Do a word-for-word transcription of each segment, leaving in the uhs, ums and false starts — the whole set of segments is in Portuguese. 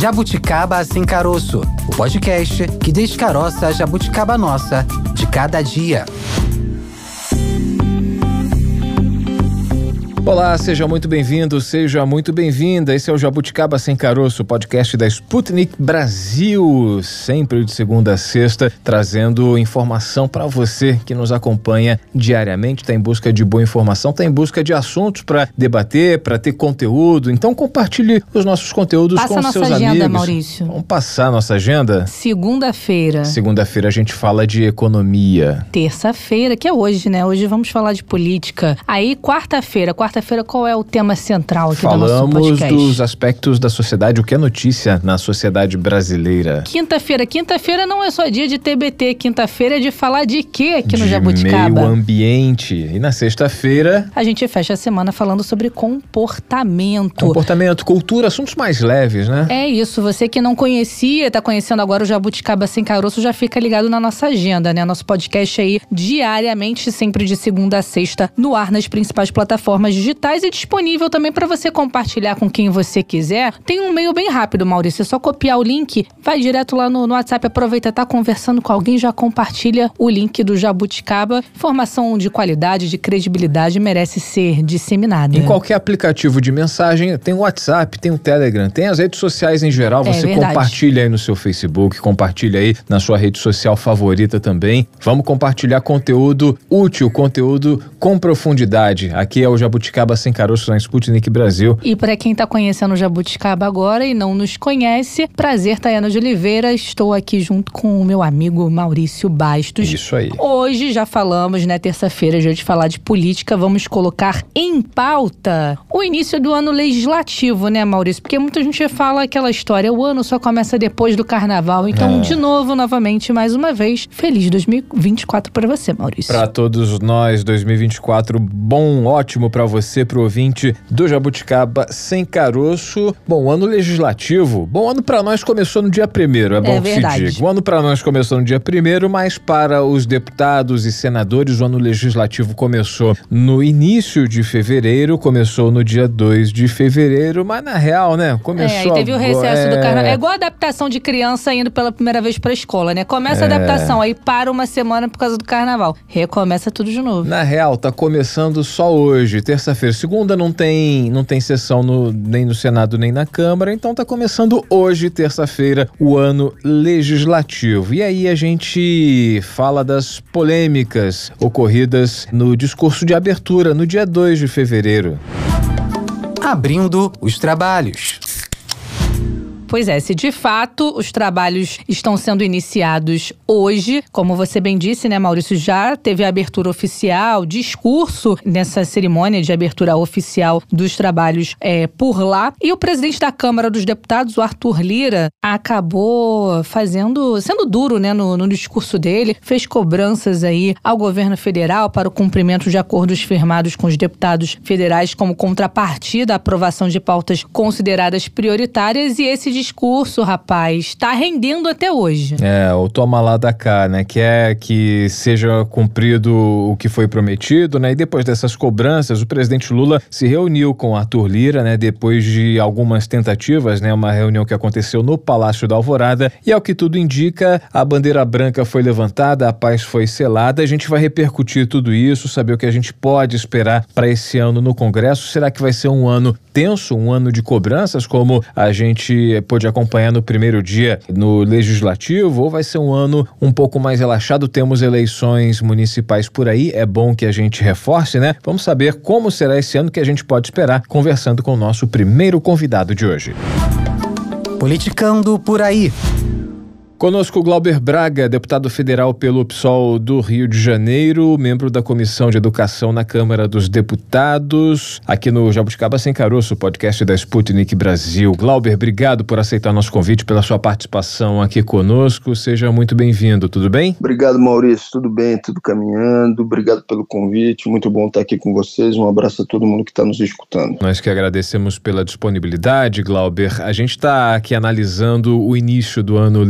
Jabuticaba Sem Caroço, o podcast que descaroça a jabuticaba nossa de cada dia. Olá, seja muito bem-vindo, seja muito bem-vinda. Esse é o Jabuticaba Sem Caroço, podcast da Sputnik Brasil, sempre de segunda a sexta, trazendo informação para você que nos acompanha diariamente, está em busca de boa informação, está em busca de assuntos para debater, para ter conteúdo. Então compartilhe os nossos conteúdos Passa com nossa seus agenda, amigos. Maurício. Vamos passar a nossa agenda? Segunda-feira. Segunda-feira a gente fala de economia. Terça-feira, que é hoje, né? Hoje vamos falar de política. Aí, quarta-feira, quarta Quarta-feira, qual é o tema central aqui do nosso podcast? Falamos dos aspectos da sociedade, o que é notícia na sociedade brasileira. Quinta-feira, quinta-feira não é só dia de T B T, quinta-feira é de falar de quê aqui no de Jabuticaba? Meio ambiente. E na sexta-feira... a gente fecha a semana falando sobre comportamento. Comportamento, cultura, assuntos mais leves, né? É isso, você que não conhecia, tá conhecendo agora o Jabuticaba Sem Caroço, já fica ligado na nossa agenda, né? Nosso podcast aí diariamente, sempre de segunda a sexta, no ar nas principais plataformas digitais e disponível também para você compartilhar com quem você quiser. Tem um meio bem rápido, Maurício, é só copiar o link, vai direto lá no, no WhatsApp, aproveita, tá conversando com alguém, já compartilha o link do Jabuticaba. Informação de qualidade, de credibilidade, merece ser disseminada. Em qualquer aplicativo de mensagem, tem o WhatsApp, tem o Telegram, tem as redes sociais em geral, você é compartilha aí no seu Facebook, compartilha aí na sua rede social favorita também. Vamos compartilhar conteúdo útil, conteúdo com profundidade. Aqui é o Jabuticaba Sem Caroço na Sputnik Brasil. E para quem tá conhecendo o Jabuticaba agora e não nos conhece, prazer, Tayana de Oliveira, estou aqui junto com o meu amigo Maurício Bastos. Isso aí. Hoje já falamos, né, terça-feira, já de falar de política, vamos colocar em pauta o início do ano legislativo, né, Maurício? Porque muita gente fala aquela história, o ano só começa depois do carnaval. Então, é. de novo, novamente, mais uma vez, feliz dois mil e vinte e quatro para você, Maurício. Para todos nós, dois mil e vinte e quatro, bom, ótimo para você, pro ouvinte do Jabuticaba Sem Caroço. Bom, ano legislativo, bom ano para nós começou no dia primeiro, é bom é que verdade. se diga. O ano para nós começou no dia primeiro, mas para os deputados e senadores, o ano legislativo começou no início de fevereiro, começou no dia dois de fevereiro, mas na real, né, começou... É, aí teve agora, o recesso é... do carnaval. É igual a adaptação de criança indo pela primeira vez pra escola, né? Começa a É. adaptação, aí para uma semana por causa do carnaval. Recomeça tudo de novo. Na real, tá começando só hoje, terça-feira. Segunda não tem, não tem sessão no, nem no Senado nem na Câmara, então tá começando hoje, terça-feira, o ano legislativo. E aí a gente fala das polêmicas ocorridas no discurso de abertura, no dia dois de fevereiro. Abrindo os trabalhos. Pois é, se de fato os trabalhos estão sendo iniciados hoje, como você bem disse, né, Maurício, já teve a abertura oficial, discurso nessa cerimônia de abertura oficial dos trabalhos é, por lá. E o presidente da Câmara dos Deputados, o Arthur Lira, acabou fazendo, sendo duro, né, no, no discurso dele, fez cobranças aí ao governo federal para o cumprimento de acordos firmados com os deputados federais como contrapartida à aprovação de pautas consideradas prioritárias, e esse discurso, rapaz, tá rendendo até hoje. É, o toma lá da cá, né? Quer que seja cumprido o que foi prometido, né? E depois dessas cobranças, o presidente Lula se reuniu com Arthur Lira, né? Depois de algumas tentativas, né? Uma reunião que aconteceu no Palácio da Alvorada. E ao que tudo indica, a bandeira branca foi levantada, a paz foi selada. A gente vai repercutir tudo isso, saber o que a gente pode esperar para esse ano no Congresso. Será que vai ser um ano tenso, um ano de cobranças, como a gente pôde acompanhar no primeiro dia no Legislativo, ou vai ser um ano um pouco mais relaxado? Temos eleições municipais por aí, é bom que a gente reforce, né? Vamos saber como será esse ano, que a gente pode esperar, conversando com o nosso primeiro convidado de hoje. Politicando por aí. Conosco Glauber Braga, deputado federal pelo P SOL do Rio de Janeiro, membro da Comissão de Educação na Câmara dos Deputados, aqui no Jabuticaba Sem Caroço, podcast da Sputnik Brasil. Glauber, obrigado por aceitar nosso convite, pela sua participação aqui conosco. Seja muito bem-vindo, tudo bem? Obrigado, Maurício, tudo bem, tudo caminhando. Obrigado pelo convite, muito bom estar aqui com vocês. Um abraço a todo mundo que está nos escutando. Nós que agradecemos pela disponibilidade, Glauber. A gente está aqui analisando o início do ano legislativo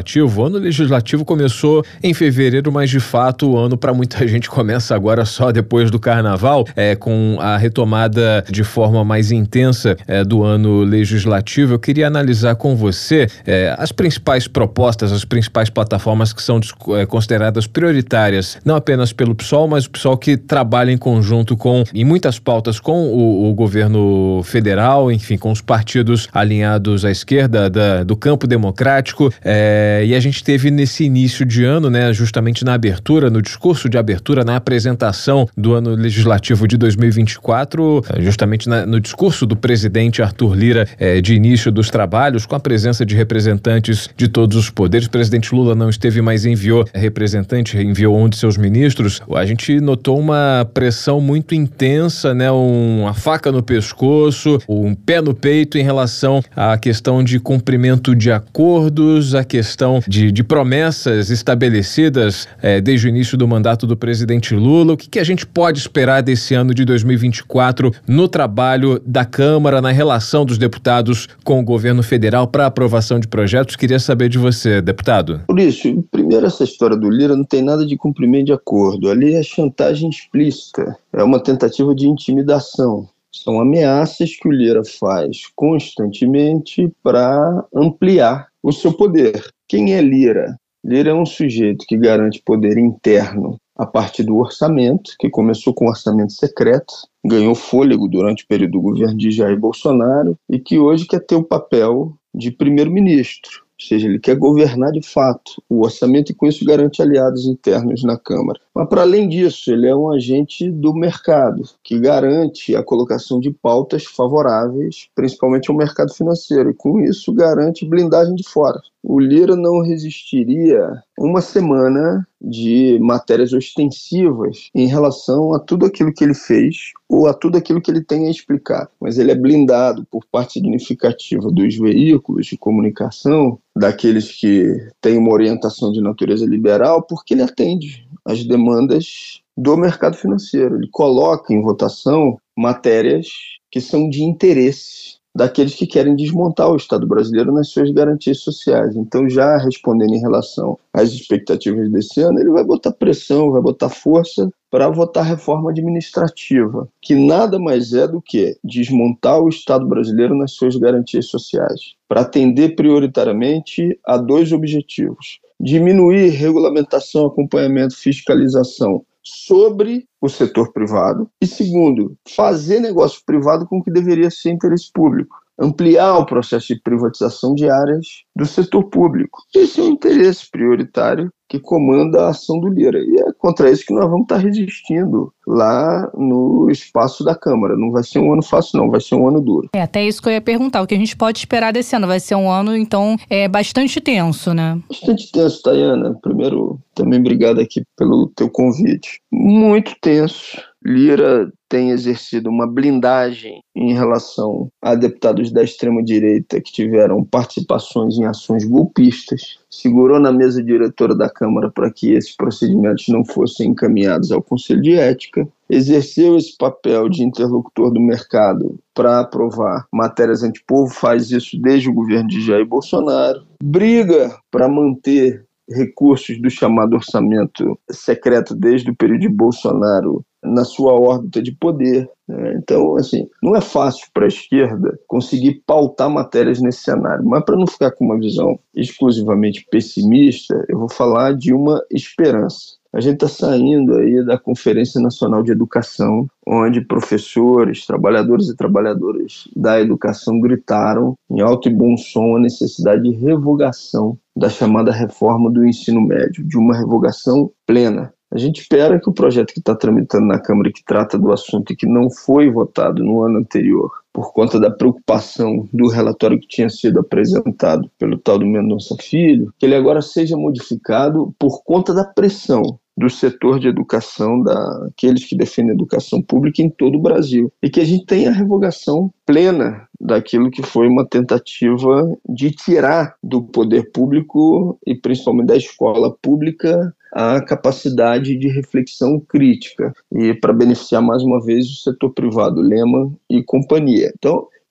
legislativo. O ano legislativo começou em fevereiro, mas de fato o ano para muita gente começa agora só depois do carnaval, é, com a retomada de forma mais intensa é, do ano legislativo. Eu queria analisar com você é, as principais propostas, as principais plataformas que são é, consideradas prioritárias, não apenas pelo P SOL, mas o P SOL que trabalha em conjunto com, em muitas pautas, com o, o governo federal, enfim, com os partidos alinhados à esquerda da, do campo democrático, é, e a gente teve nesse início de ano, né, justamente na abertura, no discurso de abertura, na apresentação do ano legislativo de dois mil e vinte e quatro, justamente na, no discurso do presidente Arthur Lira, é, de início dos trabalhos, com a presença de representantes de todos os poderes. O presidente Lula não esteve, mas enviou representante, enviou um de seus ministros. A gente notou uma pressão muito intensa, né, um, uma faca no pescoço, um pé no peito em relação à questão de cumprimento de acordos, a questão de, de promessas estabelecidas é, desde o início do mandato do presidente Lula. O que, que a gente pode esperar desse ano de dois mil e vinte e quatro no trabalho da Câmara, na relação dos deputados com o governo federal para aprovação de projetos? Queria saber de você, deputado. Por isso, primeiro, essa história do Lira não tem nada de cumprimento de acordo. Ali é chantagem explícita, é uma tentativa de intimidação. São ameaças que o Lira faz constantemente para ampliar o seu poder. Quem é Lira? Lira é um sujeito que garante poder interno a partir do orçamento, que começou com um orçamento secreto, ganhou fôlego durante o período do governo de Jair Bolsonaro e que hoje quer ter o papel de primeiro-ministro. Ou seja, ele quer governar de fato o orçamento e com isso garante aliados internos na Câmara. Mas para além disso, ele é um agente do mercado, que garante a colocação de pautas favoráveis, principalmente ao mercado financeiro, e com isso garante blindagem de fora. O Lira não resistiria uma semana de matérias ostensivas em relação a tudo aquilo que ele fez ou a tudo aquilo que ele tem a explicar. Mas ele é blindado por parte significativa dos veículos de comunicação, daqueles que têm uma orientação de natureza liberal, porque ele atende às demandas do mercado financeiro. Ele coloca em votação matérias que são de interesse daqueles que querem desmontar o Estado brasileiro nas suas garantias sociais. Então, já respondendo em relação às expectativas desse ano, ele vai botar pressão, vai botar força para votar reforma administrativa, que nada mais é do que desmontar o Estado brasileiro nas suas garantias sociais, para atender prioritariamente a dois objetivos: diminuir regulamentação, acompanhamento, fiscalização sobre o setor privado e, segundo, fazer negócio privado com o que deveria ser interesse público, ampliar o processo de privatização de áreas do setor público. Esse é o interesse prioritário que comanda a ação do Lira, e é contra isso que nós vamos estar resistindo lá no espaço da Câmara. Não vai ser um ano fácil, não, vai ser um ano duro. É até isso que eu ia perguntar, o que a gente pode esperar desse ano? Vai ser um ano, então, é bastante tenso, né? Bastante tenso, Tayana. Primeiro, também obrigado aqui pelo teu convite. Muito tenso. Lira tem exercido uma blindagem em relação a deputados da extrema-direita que tiveram participações em ações golpistas, segurou na mesa diretora da Câmara para que esses procedimentos não fossem encaminhados ao Conselho de Ética, exerceu esse papel de interlocutor do mercado para aprovar matérias antipovo, faz isso desde o governo de Jair Bolsonaro, briga para manter recursos do chamado orçamento secreto desde o período de Bolsonaro na sua órbita de poder. Né? Então, assim, não é fácil para a esquerda conseguir pautar matérias nesse cenário, mas para não ficar com uma visão exclusivamente pessimista, eu vou falar de uma esperança. A gente está saindo aí da Conferência Nacional de Educação, onde professores, trabalhadores e trabalhadoras da educação gritaram em alto e bom som a necessidade de revogação da chamada reforma do ensino médio, de uma revogação plena. A gente espera que o projeto que está tramitando na Câmara e que trata do assunto e que não foi votado no ano anterior, por conta da preocupação do relatório que tinha sido apresentado pelo tal do Mendonça Filho, que ele agora seja modificado por conta da pressão do setor de educação, daqueles que defendem a educação pública em todo o Brasil. E que a gente tenha a revogação plena daquilo que foi uma tentativa de tirar do poder público e principalmente da escola pública a capacidade de reflexão crítica e para beneficiar mais uma vez o setor privado, Lema e companhia. Então,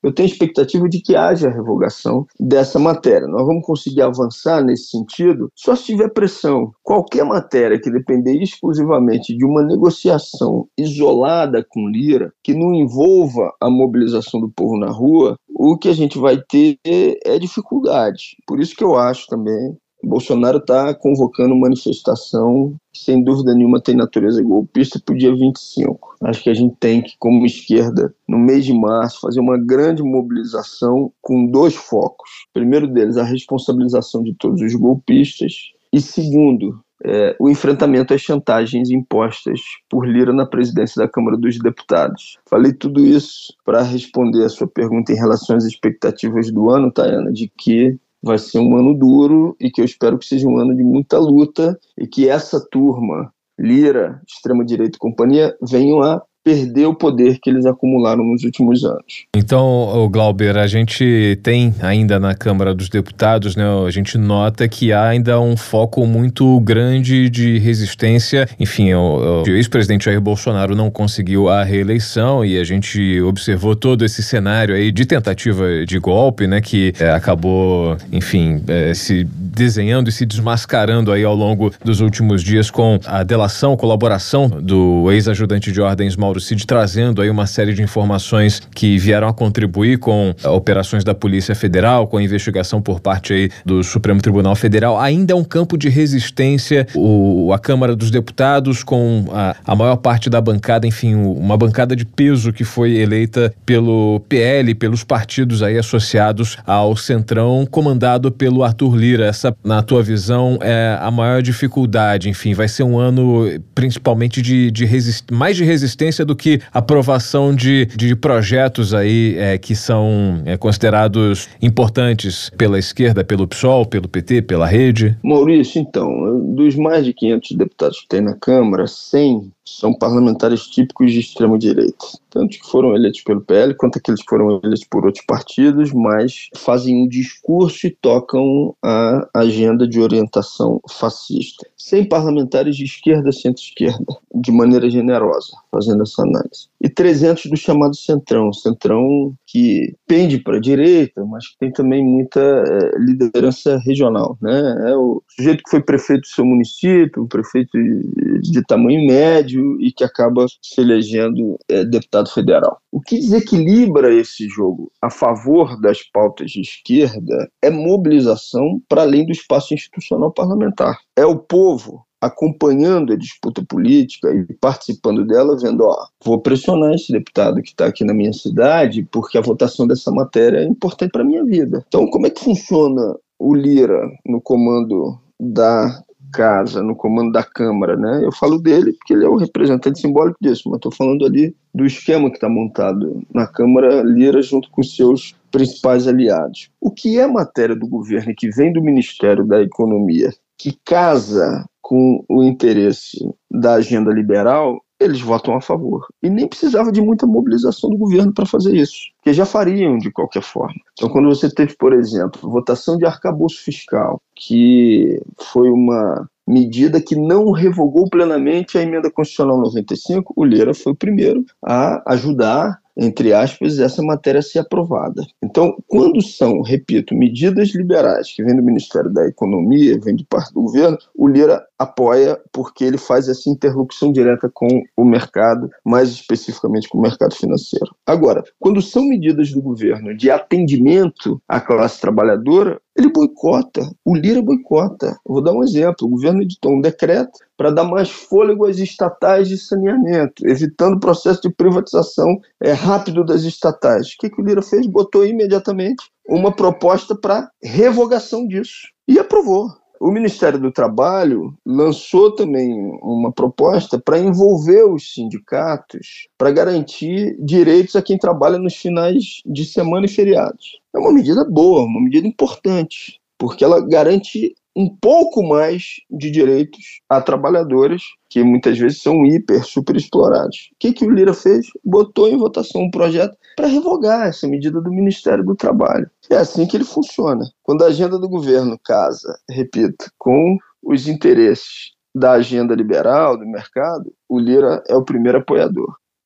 eu tenho expectativa de que haja a revogação dessa matéria. Nós vamos conseguir avançar nesse sentido só se tiver pressão. Qualquer matéria que depender exclusivamente de uma negociação isolada com Lira, que não envolva a mobilização do povo na rua, o que a gente vai ter é dificuldade. Por isso que eu acho também Bolsonaro está convocando manifestação que, sem dúvida nenhuma, tem natureza golpista para o dia vinte e cinco. Acho que a gente tem que, como esquerda, no mês de março, fazer uma grande mobilização com dois focos. O primeiro deles, a responsabilização de todos os golpistas. E segundo, é, o enfrentamento às chantagens impostas por Lira na presidência da Câmara dos Deputados. Falei tudo isso para responder a sua pergunta em relação às expectativas do ano, Tayana, de que vai ser um ano duro e que eu espero que seja um ano de muita luta e que essa turma, Lira, extrema-direita e companhia, venham a perder o poder que eles acumularam nos últimos anos. Então, Glauber, a gente tem ainda na Câmara dos Deputados, né, a gente nota que há ainda um foco muito grande de resistência. Enfim, o, o ex-presidente Jair Bolsonaro não conseguiu a reeleição e a gente observou todo esse cenário aí de tentativa de golpe, né, que é, acabou, enfim, é, se desenhando e se desmascarando aí ao longo dos últimos dias com a delação, colaboração do ex-ajudante de ordens Mauro Cid, trazendo aí uma série de informações que vieram a contribuir com operações da Polícia Federal, com a investigação por parte aí do Supremo Tribunal Federal. Ainda é um campo de resistência, o, a Câmara dos Deputados com a, a maior parte da bancada, enfim, uma bancada de peso que foi eleita pelo P L, pelos partidos aí associados ao Centrão, comandado pelo Arthur Lira. Essa, na tua visão, é a maior dificuldade. Enfim, vai ser um ano principalmente de, de resist... mais de resistência do que aprovação de, de projetos aí é, que são é, considerados importantes pela esquerda, pelo PSOL, pelo P T, pela Rede? Maurício, então, dos mais de quinhentos deputados que tem na Câmara, cem são parlamentares típicos de extrema-direita, tanto que foram eleitos pelo P L quanto aqueles que foram eleitos por outros partidos, mas fazem um discurso e tocam a agenda de orientação fascista. cem parlamentares de esquerda, centro-esquerda, de maneira generosa, fazendo essa análise. E trezentos do chamado Centrão, Centrão que pende para a direita, mas que tem também muita é, liderança regional, né? É o sujeito que foi prefeito do seu município, um prefeito de, de tamanho médio, e que acaba se elegendo é, deputado federal. O que desequilibra esse jogo a favor das pautas de esquerda é mobilização para além do espaço institucional parlamentar. É o povo acompanhando a disputa política e participando dela, vendo, ó, vou pressionar esse deputado que está aqui na minha cidade porque a votação dessa matéria é importante para a minha vida. Então, como é que funciona o Lira no comando da casa, no comando da Câmara, né? Eu falo dele porque ele é o representante simbólico disso, mas estou falando ali do esquema que está montado na Câmara Lira junto com seus principais aliados. O que é matéria do governo que vem do Ministério da Economia, que casa com o interesse da agenda liberal, eles votam a favor. E nem precisava de muita mobilização do governo para fazer isso, porque já fariam de qualquer forma. Então, quando você teve, por exemplo, votação de arcabouço fiscal, que foi uma medida que não revogou plenamente a emenda constitucional noventa e cinco, o Lira foi o primeiro a ajudar, entre aspas, essa matéria a ser aprovada. Então, quando são, repito, medidas liberais que vêm do Ministério da Economia, vêm de parte do governo, o Lira apoia porque ele faz essa interlocução direta com o mercado, mais especificamente com o mercado financeiro. Agora, quando são medidas do governo de atendimento à classe trabalhadora, ele boicota, o Lira boicota. Eu vou dar um exemplo, o governo editou um decreto para dar mais fôlego às estatais de saneamento, evitando o processo de privatização é, rápido das estatais. O que, que o Lira fez? Botou imediatamente uma proposta para revogação disso e aprovou. O Ministério do Trabalho lançou também uma proposta para envolver os sindicatos para garantir direitos a quem trabalha nos finais de semana e feriados. É uma medida boa, uma medida importante, porque ela garante um pouco mais de direitos a trabalhadores que muitas vezes são hiper, super explorados. O que, que o Lira fez? Botou em votação um projeto para revogar essa medida do Ministério do Trabalho. É assim que ele funciona. Quando a agenda do governo casa, repito, com os interesses da agenda liberal, do mercado, o Lira é o primeiro apoiador.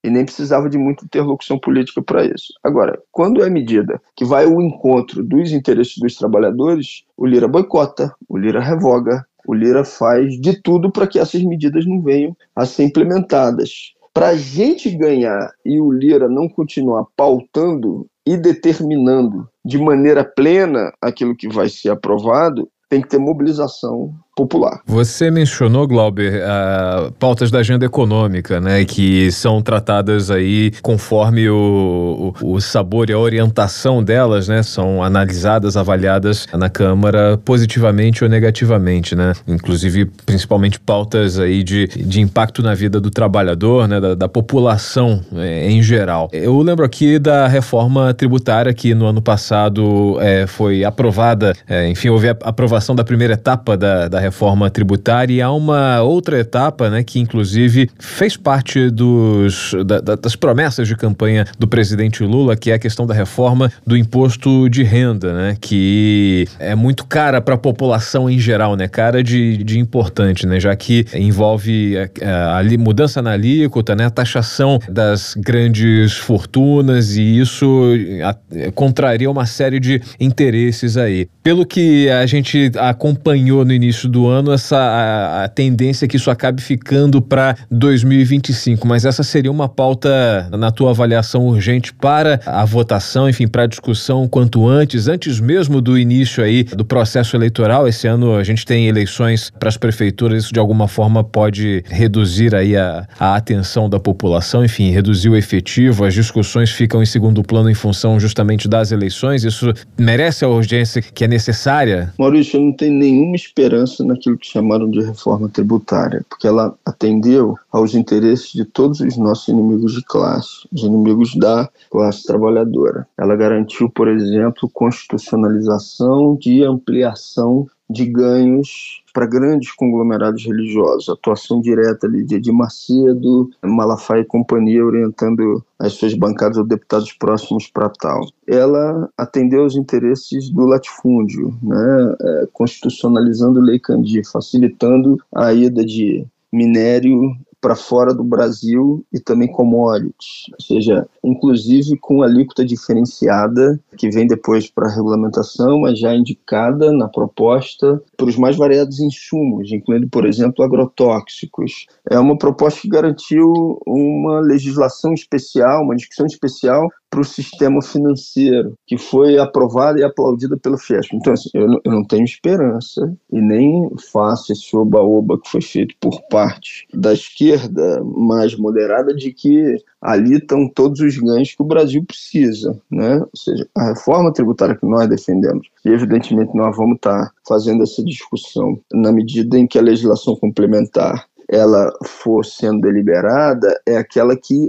e nem precisava de muita interlocução política para isso. Agora, quando é medida que vai ao encontro dos interesses dos trabalhadores, o Lira boicota, o Lira revoga, o Lira faz de tudo para que essas medidas não venham a ser implementadas. Para a gente ganhar e o Lira não continuar pautando e determinando de maneira plena aquilo que vai ser aprovado, tem que ter mobilização popular. Você mencionou, Glauber, uh, pautas da agenda econômica, né, que são tratadas aí conforme o, o, o sabor e a orientação delas, né, são analisadas, avaliadas na Câmara positivamente ou negativamente, né, inclusive principalmente pautas aí de, de impacto na vida do trabalhador, né, da, da população é, em geral. Eu lembro aqui da reforma tributária que no ano passado é, foi aprovada, é, enfim, houve a aprovação da primeira etapa da, da reforma tributária, e há uma outra etapa, né, que inclusive fez parte dos, da, das promessas de campanha do presidente Lula, que é a questão da reforma do imposto de renda, né, que é muito cara para a população em geral, né, cara de, de importante, né, já que envolve a, a, a mudança na alíquota, né, a taxação das grandes fortunas, e isso a, contraria uma série de interesses aí. Pelo que a gente acompanhou no início do ano, essa a, a tendência é que isso acabe ficando para dois mil e vinte e cinco, mas essa seria uma pauta, na tua avaliação, urgente para a votação, enfim, para a discussão quanto antes, antes mesmo do início aí do processo eleitoral. Esse ano a gente tem eleições para as prefeituras, isso de alguma forma pode reduzir aí a, a atenção da população, enfim, reduzir o efetivo, as discussões ficam em segundo plano em função justamente das eleições. Isso merece a urgência que é necessária? Maurício, eu não tenho nenhuma esperança naquilo que chamaram de reforma tributária, porque ela atendeu aos interesses de todos os nossos inimigos de classe, os inimigos da classe trabalhadora. Ela garantiu, por exemplo, constitucionalização de ampliação de ganhos para grandes conglomerados religiosos, atuação direta ali de Edir Macedo, Malafaia e companhia, orientando as suas bancadas ou deputados próximos para tal. Ela atendeu aos interesses do latifúndio, né, é, constitucionalizando Lei Candir, facilitando a ida de minério para fora do Brasil e também commodities, ou seja, inclusive com alíquota diferenciada, que vem depois para a regulamentação, mas já indicada na proposta para os mais variados insumos, incluindo, por exemplo, agrotóxicos. É uma proposta que garantiu uma legislação especial, uma discussão especial para o sistema financeiro, que foi aprovada e aplaudida pelo Fiesp. Então, assim, eu, não, eu não tenho esperança e nem faço esse oba-oba que foi feito por parte da esquerda mais moderada de que ali estão todos os ganhos que o Brasil precisa, né? Ou seja, a reforma tributária que nós defendemos, e evidentemente nós vamos estar fazendo essa discussão na medida em que a legislação complementar ela for sendo deliberada, é aquela que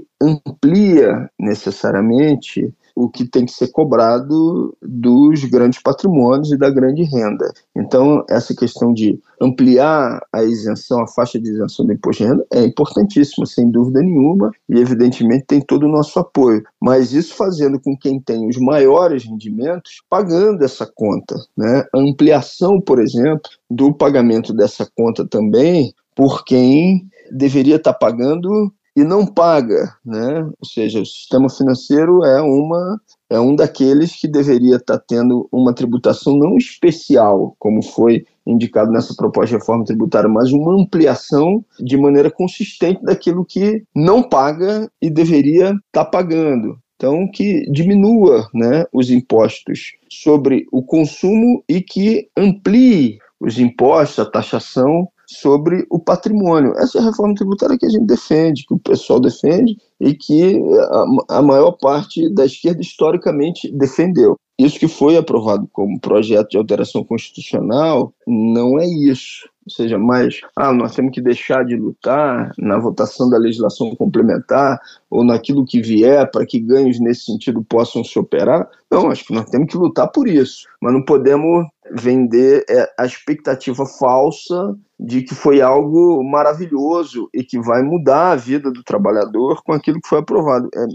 amplia necessariamente o que tem que ser cobrado dos grandes patrimônios e da grande renda. Então, essa questão de ampliar a isenção, a faixa de isenção do imposto de renda é importantíssima, sem dúvida nenhuma, e evidentemente tem todo o nosso apoio. Mas isso fazendo com quem tem os maiores rendimentos pagando essa conta, né? A ampliação, por exemplo, do pagamento dessa conta também por quem deveria estar pagando e não paga, né? Ou seja, o sistema financeiro é, uma, é um daqueles que deveria estar tendo uma tributação não especial, como foi indicado nessa proposta de reforma tributária, mas uma ampliação de maneira consistente daquilo que não paga e deveria estar pagando. Então, que diminua, né, os impostos sobre o consumo e que amplie os impostos, a taxação sobre o patrimônio. Essa é a reforma tributária que a gente defende, que o pessoal defende e que a, a maior parte da esquerda historicamente defendeu. Isso que foi aprovado como projeto de alteração constitucional não é isso. Ou seja, mas ah, nós temos que deixar de lutar na votação da legislação complementar ou naquilo que vier para que ganhos nesse sentido possam se operar. Não, acho que nós temos que lutar por isso, mas não podemos vender a expectativa falsa de que foi algo maravilhoso e que vai mudar a vida do trabalhador com aquilo que foi aprovado. É,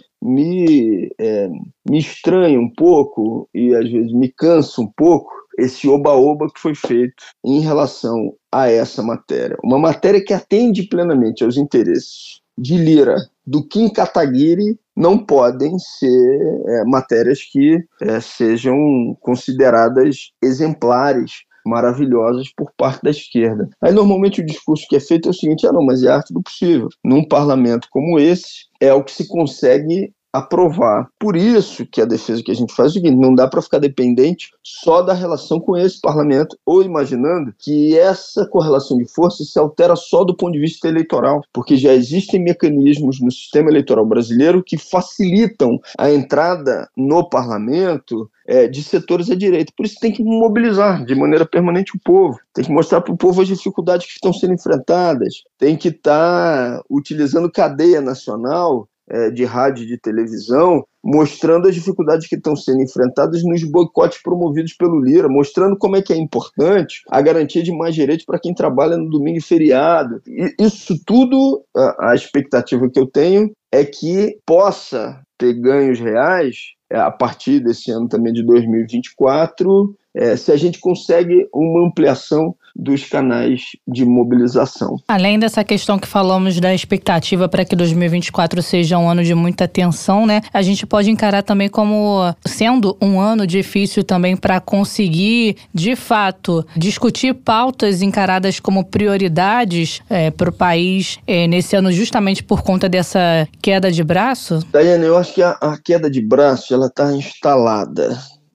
me, é, me estranha um pouco e às vezes me cansa um pouco esse oba-oba que foi feito em relação a essa matéria. Uma matéria que atende plenamente aos interesses de Lira, do Kim Kataguiri não podem ser é, matérias que é, sejam consideradas exemplares, maravilhosas por parte da esquerda. Aí normalmente o discurso que é feito é o seguinte: ah não, mas é a arte do possível. Num parlamento como esse, é o que se consegue aprovar. Por isso que a defesa que a gente faz é o seguinte: não dá para ficar dependente só da relação com esse parlamento, ou imaginando que essa correlação de forças se altera só do ponto de vista eleitoral, porque já existem mecanismos no sistema eleitoral brasileiro que facilitam a entrada no parlamento é, de setores à direita. Por isso tem que mobilizar de maneira permanente o povo, tem que mostrar para o povo as dificuldades que estão sendo enfrentadas, tem que estar tá utilizando cadeia nacional de rádio e de televisão, mostrando as dificuldades que estão sendo enfrentadas nos boicotes promovidos pelo Lira, mostrando como é que é importante a garantia de mais direitos para quem trabalha no domingo e feriado. E isso tudo, a, a expectativa que eu tenho é que possa ter ganhos reais é, a partir desse ano também de dois mil e vinte e quatro, é, se a gente consegue uma ampliação dos canais de mobilização. Além dessa questão que falamos da expectativa para que dois mil e vinte e quatro seja um ano de muita tensão, né? A gente pode encarar também como sendo um ano difícil também para conseguir, de fato, discutir pautas encaradas como prioridades é, para o país é, nesse ano, justamente por conta dessa queda de braço? Daiane, eu acho que a, a queda de braço ela está instalada,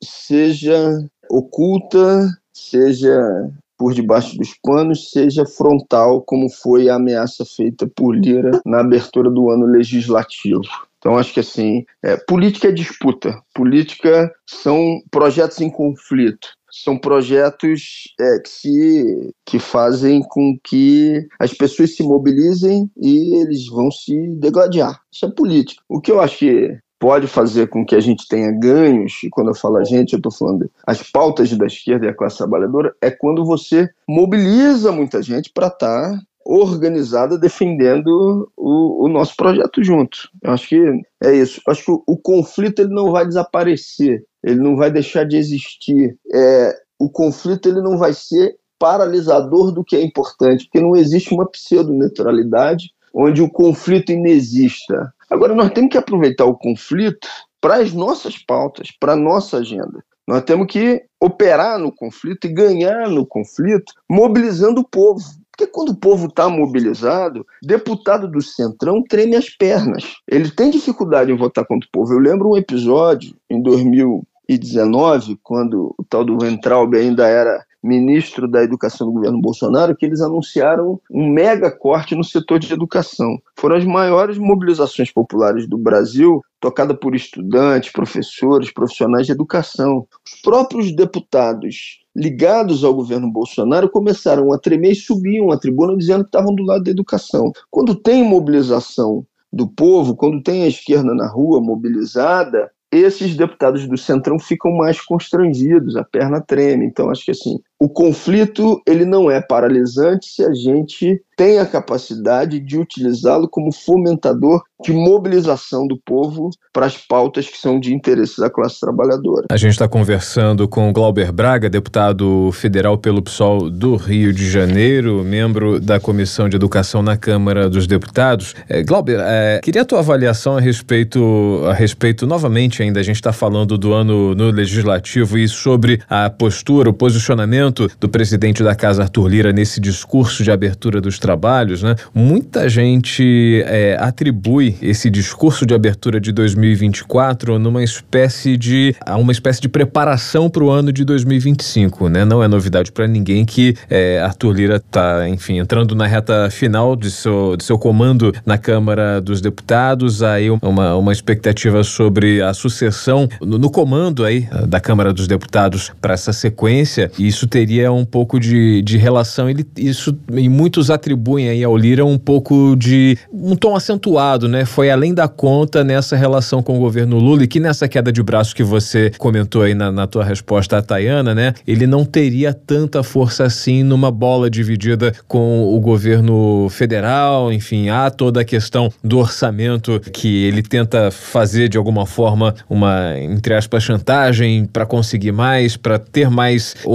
seja oculta, seja por debaixo dos panos, seja frontal, como foi a ameaça feita por Lira na abertura do ano legislativo. Então, acho que assim, é, política é disputa, política são projetos em conflito, são projetos é, que, se, que fazem com que as pessoas se mobilizem e eles vão se degladiar. Isso é política. O que eu acho que pode fazer com que a gente tenha ganhos, e quando eu falo a gente, eu estou falando as pautas da esquerda e a classe trabalhadora, é quando você mobiliza muita gente para estar tá organizada defendendo o, o nosso projeto junto. Eu acho que é isso. Eu acho que o, o conflito ele não vai desaparecer, ele não vai deixar de existir. É, o conflito ele não vai ser paralisador do que é importante, porque não existe uma pseudo-neutralidade onde o conflito inexista. Agora, nós temos que aproveitar o conflito para as nossas pautas, para a nossa agenda. Nós temos que operar no conflito e ganhar no conflito, mobilizando o povo. Porque quando o povo está mobilizado, deputado do Centrão treme as pernas. Ele tem dificuldade em votar contra o povo. Eu lembro um episódio em dois mil e dezenove, quando o tal do Weintraub ainda era ministro da Educação do governo Bolsonaro, que eles anunciaram um mega corte no setor de educação. Foram as maiores mobilizações populares do Brasil, tocada por estudantes, professores, profissionais de educação. Os próprios deputados ligados ao governo Bolsonaro começaram a tremer e subiam à tribuna dizendo que estavam do lado da educação. Quando tem mobilização do povo, quando tem a esquerda na rua mobilizada, esses deputados do Centrão ficam mais constrangidos, a perna treme. Então, acho que assim, o conflito ele não é paralisante se a gente tem a capacidade de utilizá-lo como fomentador de mobilização do povo para as pautas que são de interesse da classe trabalhadora. A gente está conversando com o Glauber Braga, deputado federal pelo P SOL do Rio de Janeiro, membro da Comissão de Educação na Câmara dos Deputados. É, Glauber, é, queria a tua avaliação a respeito, a respeito, novamente ainda, a gente está falando do ano no Legislativo e sobre a postura, o posicionamento do presidente da Casa, Arthur Lira, nesse discurso de abertura dos trabalhos, né? Muita gente é, atribui esse discurso de abertura de dois mil e vinte e quatro numa espécie de uma espécie de preparação para o ano de dois mil e vinte e cinco, né? Não é novidade para ninguém que é, Arthur Lira está, enfim, entrando na reta final de seu, de seu comando na Câmara dos Deputados, aí uma, uma expectativa sobre a sucessão no, no comando aí da Câmara dos Deputados para essa sequência, e isso teria um pouco de, de relação, ele, isso, e muitos atribuem aí ao Lira um pouco de um tom acentuado, né? Foi além da conta nessa relação com o governo Lula, e que nessa queda de braço que você comentou aí na, na tua resposta à Tayana, né? Ele não teria tanta força assim numa bola dividida com o governo federal, enfim, há toda a questão do orçamento que ele tenta fazer de alguma forma uma, entre aspas, chantagem para conseguir mais, para ter mais orçamento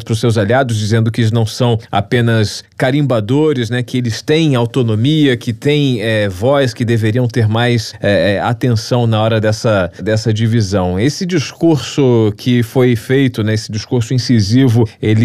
para os seus aliados, dizendo que eles não são apenas carimbadores, né, que eles têm autonomia, que têm é, voz, que deveriam ter mais é, atenção na hora dessa, dessa divisão. Esse discurso que foi feito, né, esse discurso incisivo,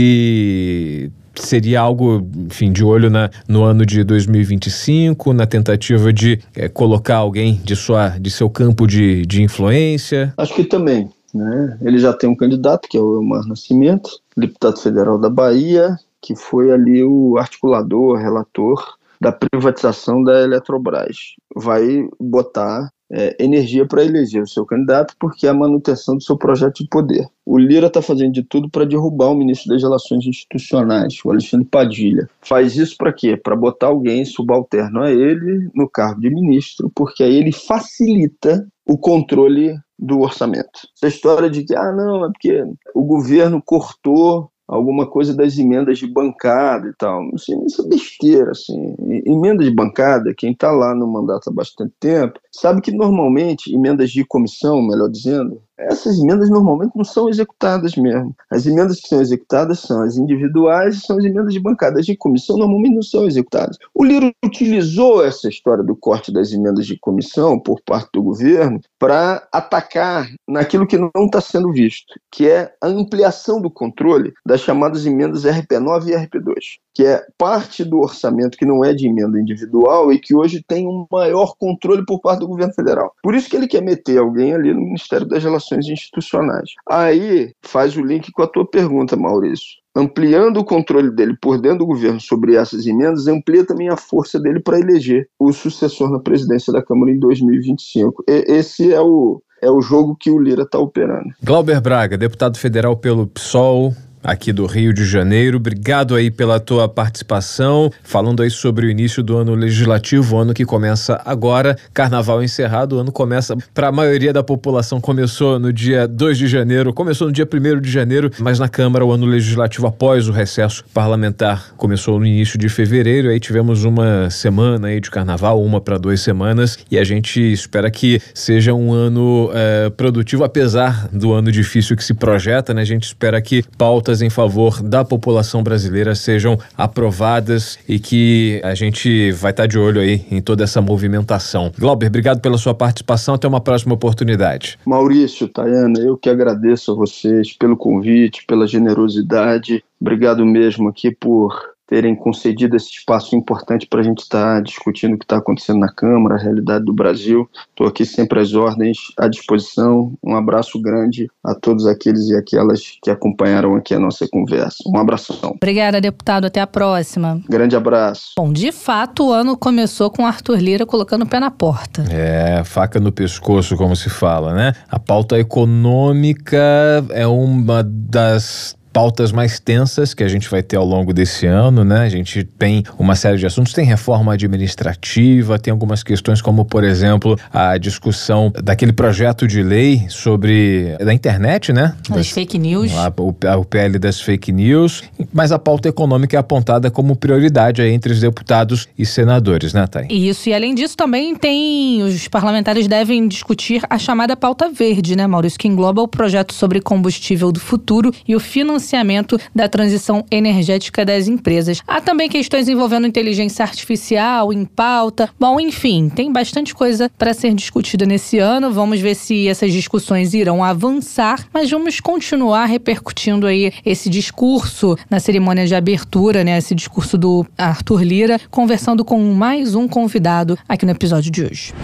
ele seria algo, enfim, de olho na, no ano de dois mil e vinte e cinco, na tentativa de é, colocar alguém de, sua, de seu campo de, de influência? Acho que também, né? Ele já tem um candidato, que é o Elmar Nascimento, deputado federal da Bahia, que foi ali o articulador, relator da privatização da Eletrobras. Vai botar é, energia para eleger o seu candidato, porque é a manutenção do seu projeto de poder. O Lira está fazendo de tudo para derrubar o ministro das Relações Institucionais, o Alexandre Padilha. Faz isso para quê? Para botar alguém subalterno a ele no cargo de ministro, porque aí ele facilita o controle do orçamento. Essa história de que, ah, não, é porque o governo cortou alguma coisa das emendas de bancada e tal. Assim, isso é besteira, assim. Emenda de bancada, quem está lá no mandato há bastante tempo, sabe que normalmente, emendas de comissão, melhor dizendo, essas emendas normalmente não são executadas mesmo. As emendas que são executadas são as individuais e são as emendas de bancada. As de comissão normalmente não são executadas. O Lira utilizou essa história do corte das emendas de comissão por parte do governo para atacar naquilo que não está sendo visto, que é a ampliação do controle das chamadas emendas R P nove e R P dois, que é parte do orçamento que não é de emenda individual e que hoje tem um maior controle por parte do governo federal. Por isso que ele quer meter alguém ali no Ministério das Relações Institucionais. Aí faz o link com a tua pergunta, Maurício. Ampliando o controle dele por dentro do governo sobre essas emendas, amplia também a força dele para eleger o sucessor na presidência da Câmara em dois mil e vinte e cinco. E, esse é o, é o jogo que o Lira está operando. Glauber Braga, deputado federal pelo P SOL, aqui do Rio de Janeiro. Obrigado aí pela tua participação, falando aí sobre o início do ano legislativo, o ano que começa agora, carnaval encerrado, o ano começa, para a maioria da população, começou no dia dois de janeiro, começou no dia primeiro de janeiro, mas na Câmara o ano legislativo após o recesso parlamentar começou no início de fevereiro, aí tivemos uma semana aí de carnaval, uma para duas semanas, e a gente espera que seja um ano é, produtivo, apesar do ano difícil que se projeta, né? A gente espera que pautas em favor da população brasileira sejam aprovadas e que a gente vai estar de olho aí em toda essa movimentação. Glauber, obrigado pela sua participação, até uma próxima oportunidade. Maurício, Tayana, eu que agradeço a vocês pelo convite, pela generosidade. Obrigado mesmo aqui por terem concedido esse espaço importante para a gente estar tá discutindo o que está acontecendo na Câmara, a realidade do Brasil. Estou aqui sempre às ordens, à disposição. Um abraço grande a todos aqueles e aquelas que acompanharam aqui a nossa conversa. Um abração. Obrigada, deputado. Até a próxima. Grande abraço. Bom, de fato, o ano começou com Arthur Lira colocando o pé na porta. É, faca no pescoço, como se fala, né? A pauta econômica é uma das pautas mais tensas que a gente vai ter ao longo desse ano, né? A gente tem uma série de assuntos, tem reforma administrativa, tem algumas questões como, por exemplo, a discussão daquele projeto de lei sobre, da internet, né? As das, fake news. Lá, o, o P L das fake news, mas a pauta econômica é apontada como prioridade aí entre os deputados e senadores, né, Thay? Isso, e além disso também tem, os parlamentares devem discutir a chamada pauta verde, né, Maurício, que engloba o projeto sobre combustível do futuro e o financiamento financiamento da transição energética das empresas. Há também questões envolvendo inteligência artificial em pauta. Bom, enfim, tem bastante coisa para ser discutida nesse ano. Vamos ver se essas discussões irão avançar, mas vamos continuar repercutindo aí esse discurso na cerimônia de abertura, né? Esse discurso do Arthur Lira, conversando com mais um convidado aqui no episódio de hoje.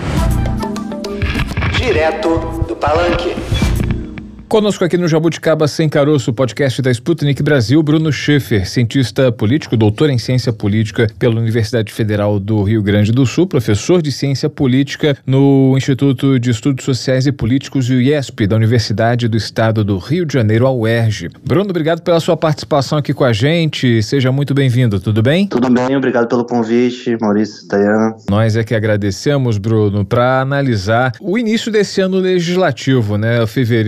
Direto do Palanque. Conosco aqui no Jabuticaba Sem Caroço, podcast da Sputnik Brasil, Bruno Schaefer, cientista político, doutor em ciência política pela Universidade Federal do Rio Grande do Sul, professor de ciência política no Instituto de Estudos Sociais e Políticos, o I E S P, da Universidade do Estado do Rio de Janeiro, a U E R J. Bruno, obrigado pela sua participação aqui com a gente, seja muito bem-vindo, tudo bem? Tudo bem, obrigado pelo convite, Maurício, Tayana. Nós é que agradecemos, Bruno, para analisar o início desse ano legislativo, né? Fevereiro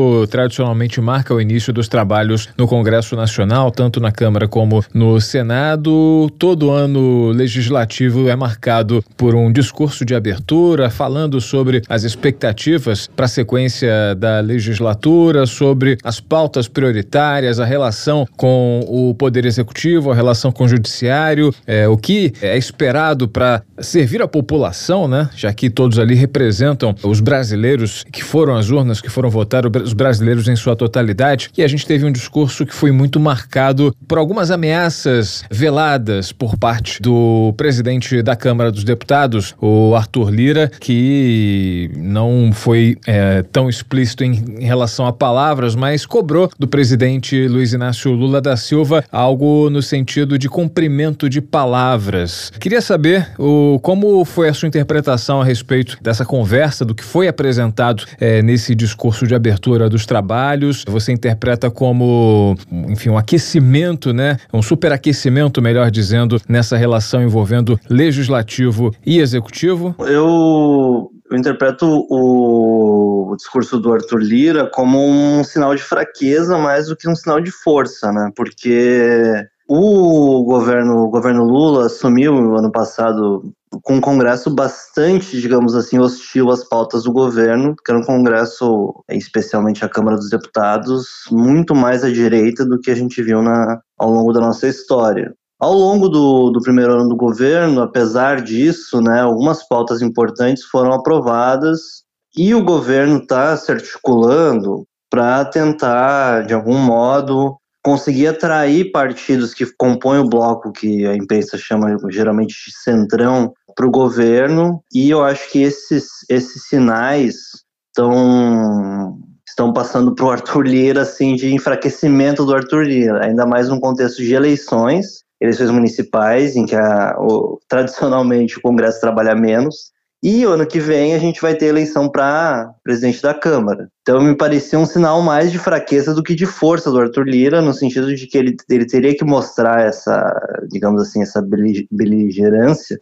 ano tradicionalmente marca o início dos trabalhos no Congresso Nacional, tanto na Câmara como no Senado. Todo ano legislativo é marcado por um discurso de abertura, falando sobre as expectativas para a sequência da legislatura, sobre as pautas prioritárias, a relação com o Poder Executivo, a relação com o Judiciário, é, o que é esperado para servir a população, né? Já que todos ali representam os brasileiros que foram às urnas, que foram votar, os brasileiros em sua totalidade. E a gente teve um discurso que foi muito marcado por algumas ameaças veladas por parte do presidente da Câmara dos Deputados, o Arthur Lira, que não foi é, tão explícito em, em relação a palavras, mas cobrou do presidente Luiz Inácio Lula da Silva algo no sentido de cumprimento de palavras. Queria saber o, como foi a sua interpretação a respeito dessa conversa, do que foi apresentado é, nesse discurso de abertura dos trabalhos. Você interpreta como, enfim, um aquecimento, né? Um superaquecimento, melhor dizendo, nessa relação envolvendo legislativo e executivo? Eu, eu interpreto o, o discurso do Arthur Lira como um sinal de fraqueza mais do que um sinal de força, né? Porque o governo, o governo Lula assumiu no ano passado com um congresso bastante, digamos assim, hostil às pautas do governo, que era um congresso, especialmente a Câmara dos Deputados, muito mais à direita do que a gente viu na, ao longo da nossa história. Ao longo do, do primeiro ano do governo, apesar disso, né, algumas pautas importantes foram aprovadas e o governo está se articulando para tentar, de algum modo, conseguir atrair partidos que compõem o bloco que a imprensa chama geralmente de centrão para o governo, e eu acho que esses, esses sinais estão, estão passando para o Arthur Lira assim, de enfraquecimento do Arthur Lira, ainda mais num contexto de eleições, eleições municipais, em que a, o, tradicionalmente o Congresso trabalha menos, e o ano que vem a gente vai ter eleição para presidente da Câmara. Então me parecia um sinal mais de fraqueza do que de força do Arthur Lira, no sentido de que ele, ele teria que mostrar essa, digamos assim, essa beligerância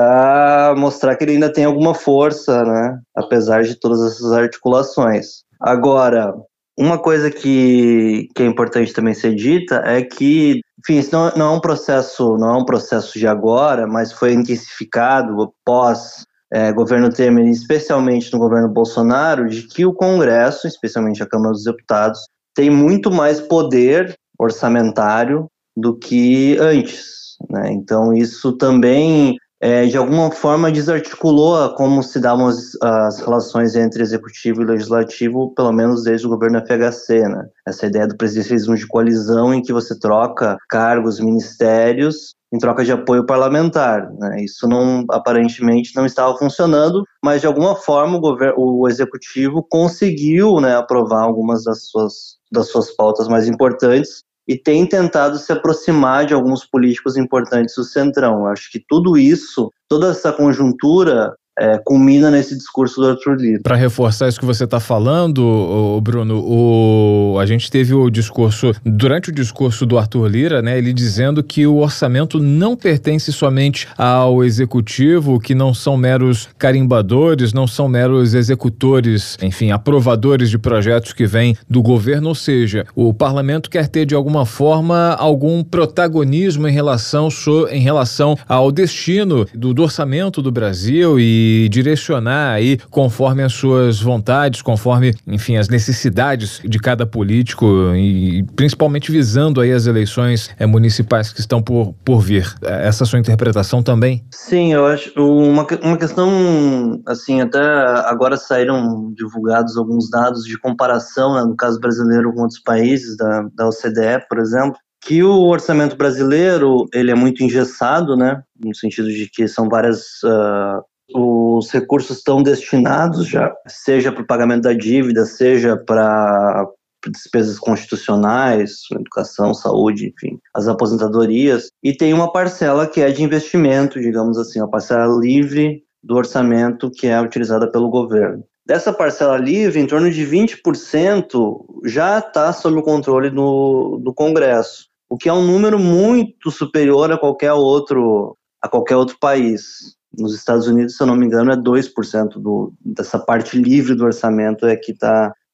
para mostrar que ele ainda tem alguma força, né? Apesar de todas essas articulações. Agora, uma coisa que, que é importante também ser dita é que, enfim, isso não, não é um processo, não é um processo de agora, mas foi intensificado pós É, governo Temer, especialmente no governo Bolsonaro, de que o Congresso, especialmente a Câmara dos Deputados, tem muito mais poder orçamentário do que antes, né? Então isso também, é, de alguma forma, desarticulou como se davam as, as relações entre executivo e legislativo, pelo menos desde o governo F H C, né? Essa ideia do presidencialismo de coalizão, em que você troca cargos, ministérios, em troca de apoio parlamentar, né? Isso não, aparentemente não estava funcionando, mas de alguma forma o, governo, o executivo conseguiu, né, aprovar algumas das suas, das suas pautas mais importantes e tem tentado se aproximar de alguns políticos importantes do Centrão. Eu acho que tudo isso, toda essa conjuntura É, culmina nesse discurso do Arthur Lira. Para reforçar isso que você está falando, o Bruno, o, a gente teve o discurso, durante o discurso do Arthur Lira, né, ele dizendo que o orçamento não pertence somente ao executivo, que não são meros carimbadores, não são meros executores, enfim, aprovadores de projetos que vêm do governo, ou seja, o parlamento quer ter de alguma forma algum protagonismo em relação, so, em relação ao destino do, do orçamento do Brasil e E direcionar aí conforme as suas vontades, conforme, enfim, as necessidades de cada político e principalmente visando aí as eleições é, municipais que estão por, por vir. Essa é a sua interpretação também? Sim, eu acho uma, uma questão, assim, até agora saíram divulgados alguns dados de comparação, né, no caso brasileiro com outros países da, da O C D E, por exemplo, que o orçamento brasileiro, ele é muito engessado, né, no sentido de que são várias... Uh, os recursos estão destinados já, seja para o pagamento da dívida, seja para despesas constitucionais, educação, saúde, enfim, as aposentadorias, e tem uma parcela que é de investimento, digamos assim, uma parcela livre do orçamento que é utilizada pelo governo. Dessa parcela livre, em torno de vinte por cento já está sob o controle do, do Congresso, o que é um número muito superior a qualquer outro, a qualquer outro país. Nos Estados Unidos, se eu não me engano, é dois por cento do, dessa parte livre do orçamento é que está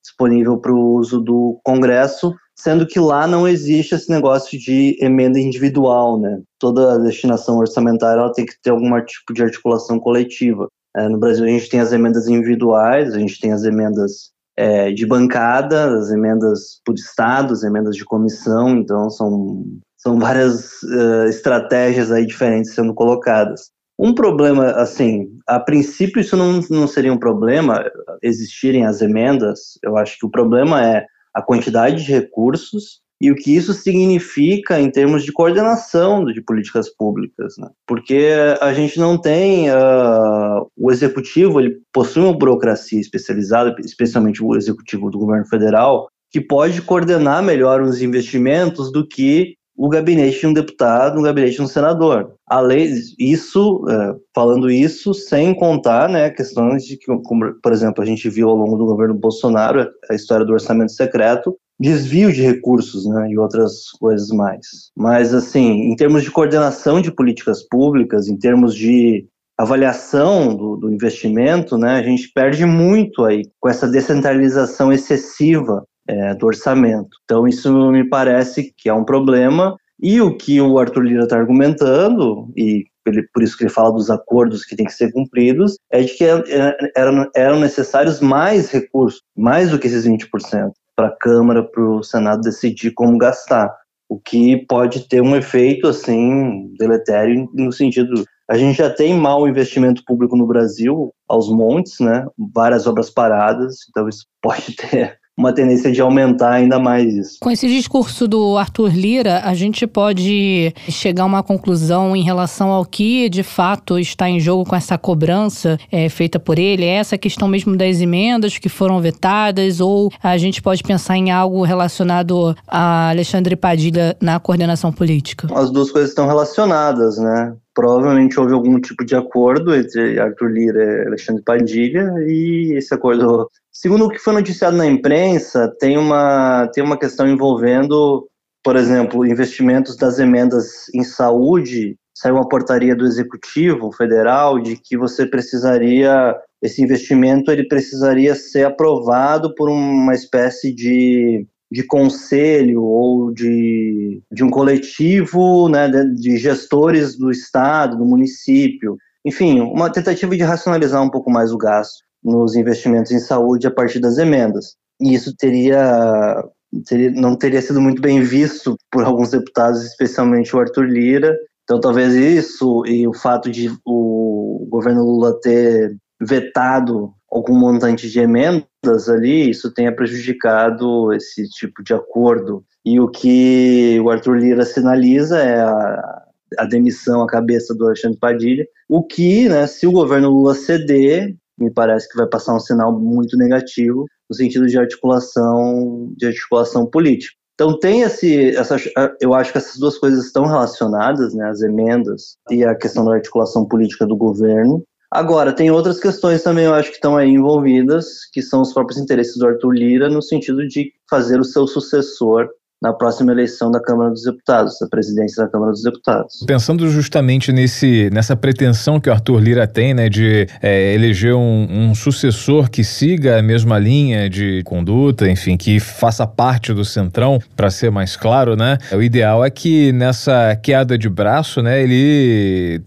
disponível para o uso do Congresso, sendo que lá não existe esse negócio de emenda individual, né? Toda a destinação orçamentária ela tem que ter algum tipo de articulação coletiva. É, no Brasil a gente tem as emendas individuais, a gente tem as emendas é, de bancada, as emendas por estado, as emendas de comissão, então são, são várias uh, estratégias aí diferentes sendo colocadas. Um problema, assim, a princípio isso não, não seria um problema, existirem as emendas. Eu acho que o problema é a quantidade de recursos e o que isso significa em termos de coordenação de políticas públicas, né? Porque a gente não tem, uh, o executivo, ele possui uma burocracia especializada, especialmente o executivo do governo federal, que pode coordenar melhor os investimentos do que o gabinete de um deputado, o gabinete de um senador. Além isso, é, falando isso, sem contar, né, questões de que, como, por exemplo, a gente viu ao longo do governo Bolsonaro, a história do orçamento secreto, desvio de recursos, né, e outras coisas mais. Mas, assim, em termos de coordenação de políticas públicas, em termos de avaliação do, do investimento, né, a gente perde muito aí com essa descentralização excessiva É, do orçamento. Então isso me parece que é um problema, e o que o Arthur Lira está argumentando, e ele, por isso que ele fala dos acordos que têm que ser cumpridos, é de que eram, eram necessários mais recursos, mais do que esses vinte por cento, para a Câmara, para o Senado decidir como gastar, o que pode ter um efeito assim deletério no sentido... A gente já tem mau investimento público no Brasil, aos montes, né? Várias obras paradas, então isso pode ter uma tendência de aumentar ainda mais isso. Com esse discurso do Arthur Lira, a gente pode chegar a uma conclusão em relação ao que de fato está em jogo com essa cobrança é, feita por ele? É essa questão mesmo das emendas que foram vetadas, ou a gente pode pensar em algo relacionado a Alexandre Padilha na coordenação política? As duas coisas estão relacionadas, né? Provavelmente houve algum tipo de acordo entre Arthur Lira e Alexandre Padilha, e esse acordo, segundo o que foi noticiado na imprensa, tem uma, tem uma questão envolvendo, por exemplo, investimentos das emendas em saúde. Saiu uma portaria do Executivo Federal de que você precisaria, esse investimento ele precisaria ser aprovado por uma espécie de... de conselho ou de, de um coletivo, né, de, de gestores do estado, do município. Enfim, uma tentativa de racionalizar um pouco mais o gasto nos investimentos em saúde a partir das emendas. E isso teria, teria, não teria sido muito bem visto por alguns deputados, especialmente o Arthur Lira. Então talvez isso e o fato de o governo Lula ter vetado algum montante de emendas ali, isso tenha prejudicado esse tipo de acordo. E o que o Arthur Lira sinaliza é a, a demissão à cabeça do Alexandre Padilha, o que, né, se o governo Lula ceder, me parece que vai passar um sinal muito negativo no sentido de articulação, de articulação política. Então tem esse, essa, eu acho que essas duas coisas estão relacionadas, né, as emendas e a questão da articulação política do governo. Agora, tem outras questões também, eu acho que estão aí envolvidas, que são os próprios interesses do Arthur Lira, no sentido de fazer o seu sucessor na próxima eleição da Câmara dos Deputados, da presidência da Câmara dos Deputados. Pensando justamente nesse, nessa pretensão que o Arthur Lira tem, né, de é, eleger um, um sucessor que siga a mesma linha de conduta, enfim, que faça parte do Centrão, para ser mais claro, né, o ideal é que nessa queda de braço, né, ele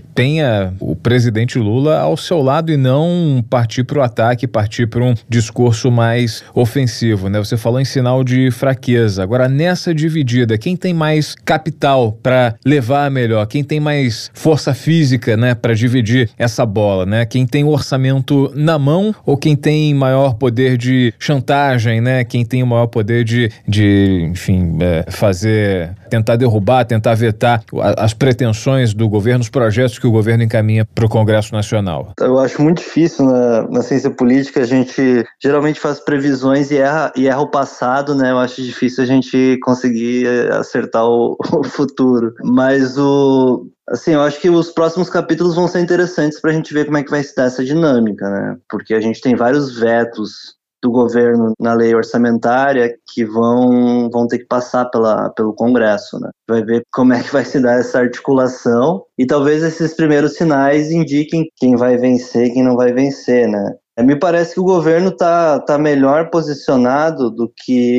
tenha o presidente Lula ao seu lado e não partir para o ataque, partir para um discurso mais ofensivo, né? Você falou em sinal de fraqueza. Agora, nessa dividida, quem tem mais capital para levar a melhor? Quem tem mais força física, né, para dividir essa bola, né? Quem tem o orçamento na mão ou quem tem maior poder de chantagem, né? Quem tem o maior poder de, de enfim, é, fazer, tentar derrubar, tentar vetar as pretensões do governo, os projetos que o governo encaminha para o Congresso Nacional? Eu acho muito difícil na, na ciência política, a gente geralmente faz previsões e erra, e erra o passado, né? Eu acho difícil a gente conseguir acertar o, o futuro. Mas o... Assim, eu acho que os próximos capítulos vão ser interessantes para a gente ver como é que vai se dar essa dinâmica, né? Porque a gente tem vários vetos do governo na lei orçamentária que vão, vão ter que passar pela, pelo Congresso, né? Vai ver como é que vai se dar essa articulação e talvez esses primeiros sinais indiquem quem vai vencer e quem não vai vencer, né? É, me parece que o governo está tá melhor posicionado do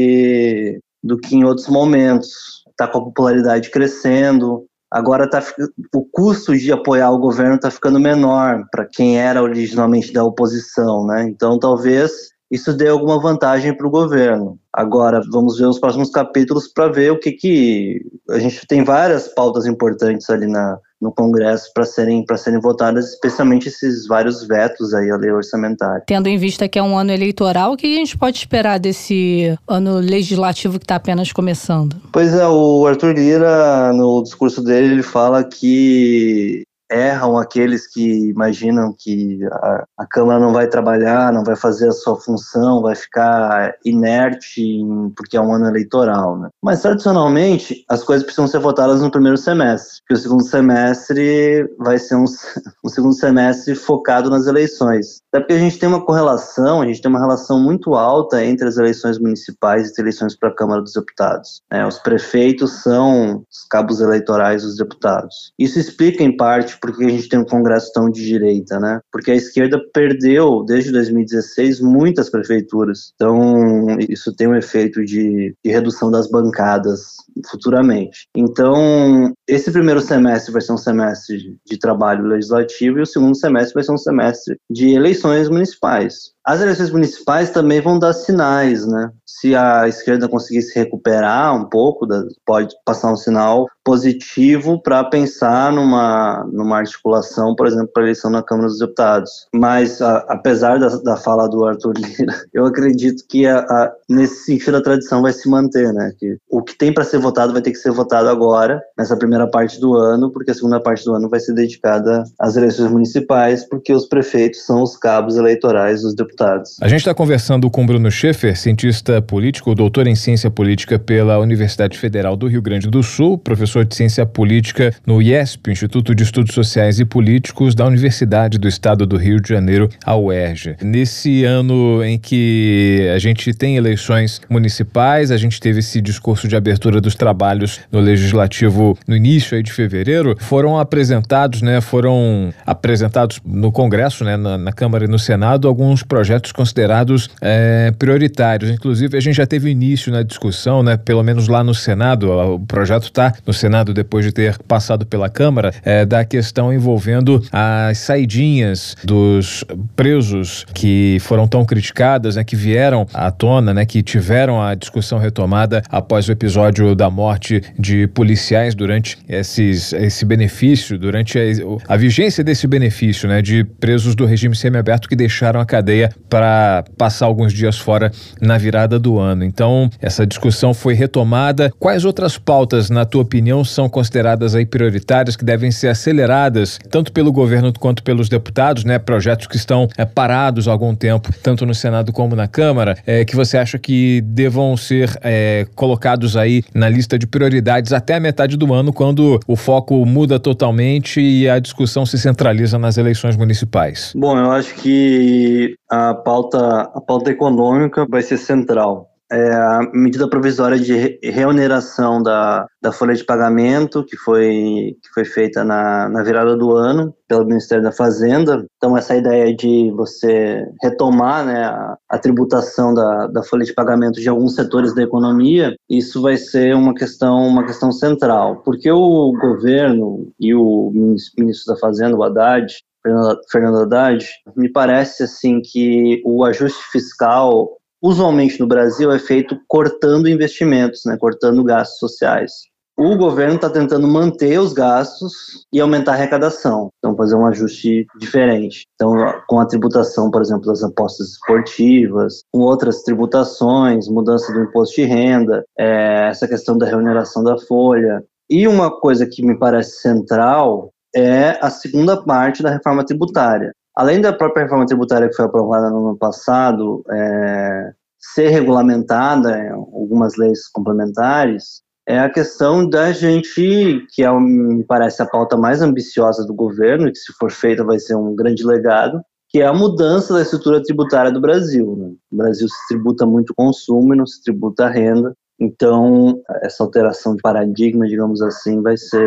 que, do que em outros momentos. Está com a popularidade crescendo. Agora tá, o custo de apoiar o governo está ficando menor para quem era originalmente da oposição, né? Então, talvez isso dê alguma vantagem para o governo. Agora, vamos ver os próximos capítulos para ver o que que... A gente tem várias pautas importantes ali na, no Congresso para serem, para serem votadas, especialmente esses vários vetos aí à lei orçamentária. Tendo em vista que é um ano eleitoral, o que a gente pode esperar desse ano legislativo que está apenas começando? Pois é, o Arthur Lira, no discurso dele, ele fala que erram aqueles que imaginam que a, a Câmara não vai trabalhar, não vai fazer a sua função, vai ficar inerte porque é um ano eleitoral, né? Mas, tradicionalmente, as coisas precisam ser votadas no primeiro semestre, porque o segundo semestre vai ser um, um segundo semestre focado nas eleições. Até porque a gente tem uma correlação, a gente tem uma relação muito alta entre as eleições municipais e as eleições para a Câmara dos Deputados, né? Os prefeitos são os cabos eleitorais dos deputados. Isso explica, em parte, porque a gente tem um Congresso tão de direita, né? Porque a esquerda perdeu, desde dois mil e dezesseis, muitas prefeituras. Então, isso tem um efeito de, de redução das bancadas futuramente. Então, esse primeiro semestre vai ser um semestre de, de trabalho legislativo e o segundo semestre vai ser um semestre de eleições municipais. As eleições municipais também vão dar sinais, né? Se a esquerda conseguir se recuperar um pouco, pode passar um sinal positivo para pensar numa, numa articulação, por exemplo, para a eleição na Câmara dos Deputados. Mas, a, apesar da, da fala do Arthur Lira, eu acredito que a, a, nesse sentido a tradição vai se manter, né? Que o que tem para ser votado vai ter que ser votado agora, nessa primeira parte do ano, porque a segunda parte do ano vai ser dedicada às eleições municipais, porque os prefeitos são os cabos eleitorais dos deputados. A gente está conversando com Bruno Schaeffer, cientista político, doutor em ciência política pela Universidade Federal do Rio Grande do Sul, professor de ciência política no I E S P, Instituto de Estudos Sociais e Políticos da Universidade do Estado do Rio de Janeiro, a U E R J. Nesse ano em que a gente tem eleições municipais, a gente teve esse discurso de abertura dos trabalhos no Legislativo no início aí de fevereiro, foram apresentados, né, foram apresentados no Congresso, né, na, na Câmara e no Senado, alguns projetos considerados é, prioritários. Inclusive, a gente já teve início na discussão, né, pelo menos lá no Senado, o projeto está no Senado depois de ter passado pela Câmara, é, da questão envolvendo as saidinhas dos presos que foram tão criticadas, né, que vieram à tona, né, que tiveram a discussão retomada após o episódio da morte de policiais durante esses, esse benefício, durante a, a vigência desse benefício, né, de presos do regime semiaberto que deixaram a cadeia para passar alguns dias fora na virada do ano. Então, essa discussão foi retomada. Quais outras pautas, na tua opinião, são consideradas aí prioritárias, que devem ser aceleradas, tanto pelo governo quanto pelos deputados, né? Projetos que estão é, parados há algum tempo, tanto no Senado como na Câmara, é, que você acha que devam ser é, colocados aí na lista de prioridades até a metade do ano, quando o foco muda totalmente e a discussão se centraliza nas eleições municipais? Bom, eu acho que a pauta, a pauta econômica vai ser central. É a medida provisória de reoneração da, da folha de pagamento, que foi, que foi feita na, na virada do ano pelo Ministério da Fazenda. Então, essa ideia de você retomar, né, a, a tributação da, da folha de pagamento de alguns setores da economia, isso vai ser uma questão, uma questão central, porque o governo e o ministro da Fazenda, o Haddad, Fernando Haddad, me parece assim que o ajuste fiscal, usualmente no Brasil, é feito cortando investimentos, né, cortando gastos sociais. O governo está tentando manter os gastos e aumentar a arrecadação, então fazer um ajuste diferente. Então, com a tributação, por exemplo, das apostas esportivas, com outras tributações, mudança do imposto de renda, é, essa questão da reoneração da folha. E uma coisa que me parece central é a segunda parte da reforma tributária. Além da própria reforma tributária que foi aprovada no ano passado, é, ser regulamentada em algumas leis complementares, é a questão da gente, que é, me parece, a pauta mais ambiciosa do governo, e que, se for feita, vai ser um grande legado, que é a mudança da estrutura tributária do Brasil, né? O Brasil se tributa muito consumo e não se tributa renda. Então, essa alteração de paradigma, digamos assim, vai ser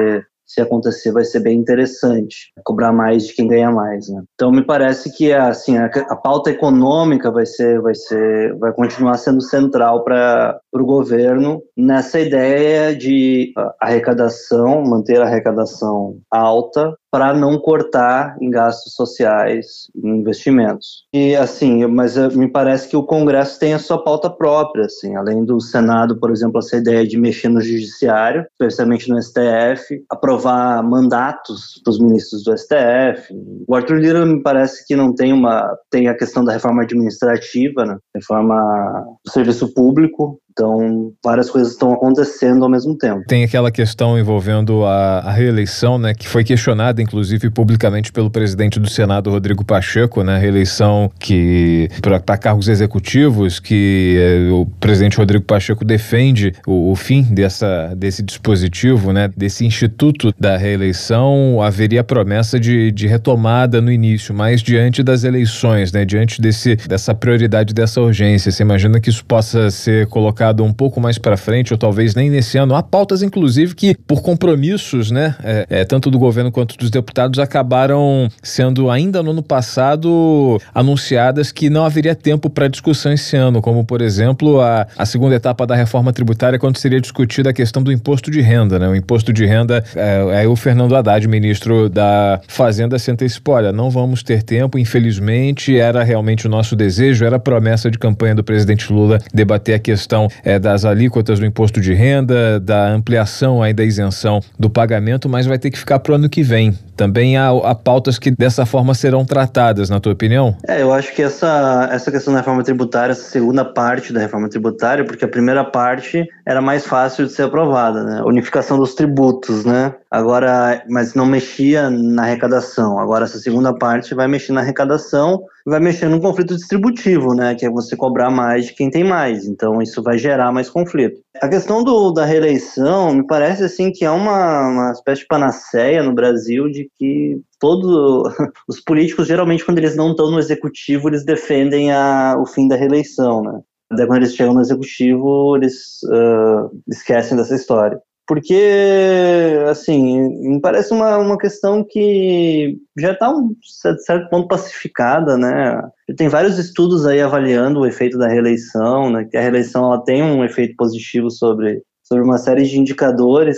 se acontecer, vai ser bem interessante. Cobrar mais de quem ganha mais, né? Então, me parece que assim, a, a pauta econômica vai ser, vai ser, vai continuar sendo central para o governo nessa ideia de arrecadação, manter a arrecadação alta, para não cortar em gastos sociais e investimentos. E assim, mas me parece que o Congresso tem a sua pauta própria, assim, além do Senado, por exemplo, essa ideia de mexer no judiciário, especialmente no S T F, aprovar mandatos dos ministros do S T F. O Arthur Lira me parece que não tem uma, tem a questão da reforma administrativa, né? Reforma do serviço público. Então, várias coisas estão acontecendo ao mesmo tempo. Tem aquela questão envolvendo a, a reeleição, né, que foi questionada, inclusive, publicamente pelo presidente do Senado, Rodrigo Pacheco, né, reeleição que para cargos executivos, que eh, o presidente Rodrigo Pacheco defende o, o fim dessa, desse dispositivo, né, desse instituto da reeleição. Haveria promessa de, de retomada no início, mas diante das eleições, né, diante desse, dessa prioridade, dessa urgência, você imagina que isso possa ser colocado um pouco mais para frente, ou talvez nem nesse ano? Há pautas, inclusive, que por compromissos, né, é, é, tanto do governo quanto dos deputados, acabaram sendo ainda no ano passado anunciadas que não haveria tempo para discussão esse ano, como, por exemplo, a, a segunda etapa da reforma tributária, quando seria discutida a questão do imposto de renda, né? O imposto de renda, é, é o Fernando Haddad, ministro da Fazenda, se antecipou: olha, não vamos ter tempo, infelizmente, era realmente o nosso desejo, era a promessa de campanha do presidente Lula debater a questão É, das alíquotas do imposto de renda, da ampliação aí da isenção do pagamento, mas vai ter que ficar para o ano que vem. Também há, há pautas que dessa forma serão tratadas, na tua opinião? É, eu acho que essa, essa questão da reforma tributária, essa segunda parte da reforma tributária, porque a primeira parte era mais fácil de ser aprovada, né? Unificação dos tributos, né? Agora, mas não mexia na arrecadação. Agora, essa segunda parte vai mexer na arrecadação, vai mexer num conflito distributivo, né? Que é você cobrar mais de quem tem mais. Então, isso vai gerar mais conflito. A questão do, da reeleição, me parece assim que é uma, uma espécie de panaceia no Brasil de que todos os políticos, geralmente, quando eles não estão no executivo, eles defendem a, o fim da reeleição, né? Daí, quando eles chegam no executivo, eles uh, esquecem dessa história. Porque, assim, me parece uma, uma questão que já está, um certo ponto, pacificada, né? Tem vários estudos aí avaliando o efeito da reeleição, né? Que a reeleição ela tem um efeito positivo sobre, sobre uma série de indicadores.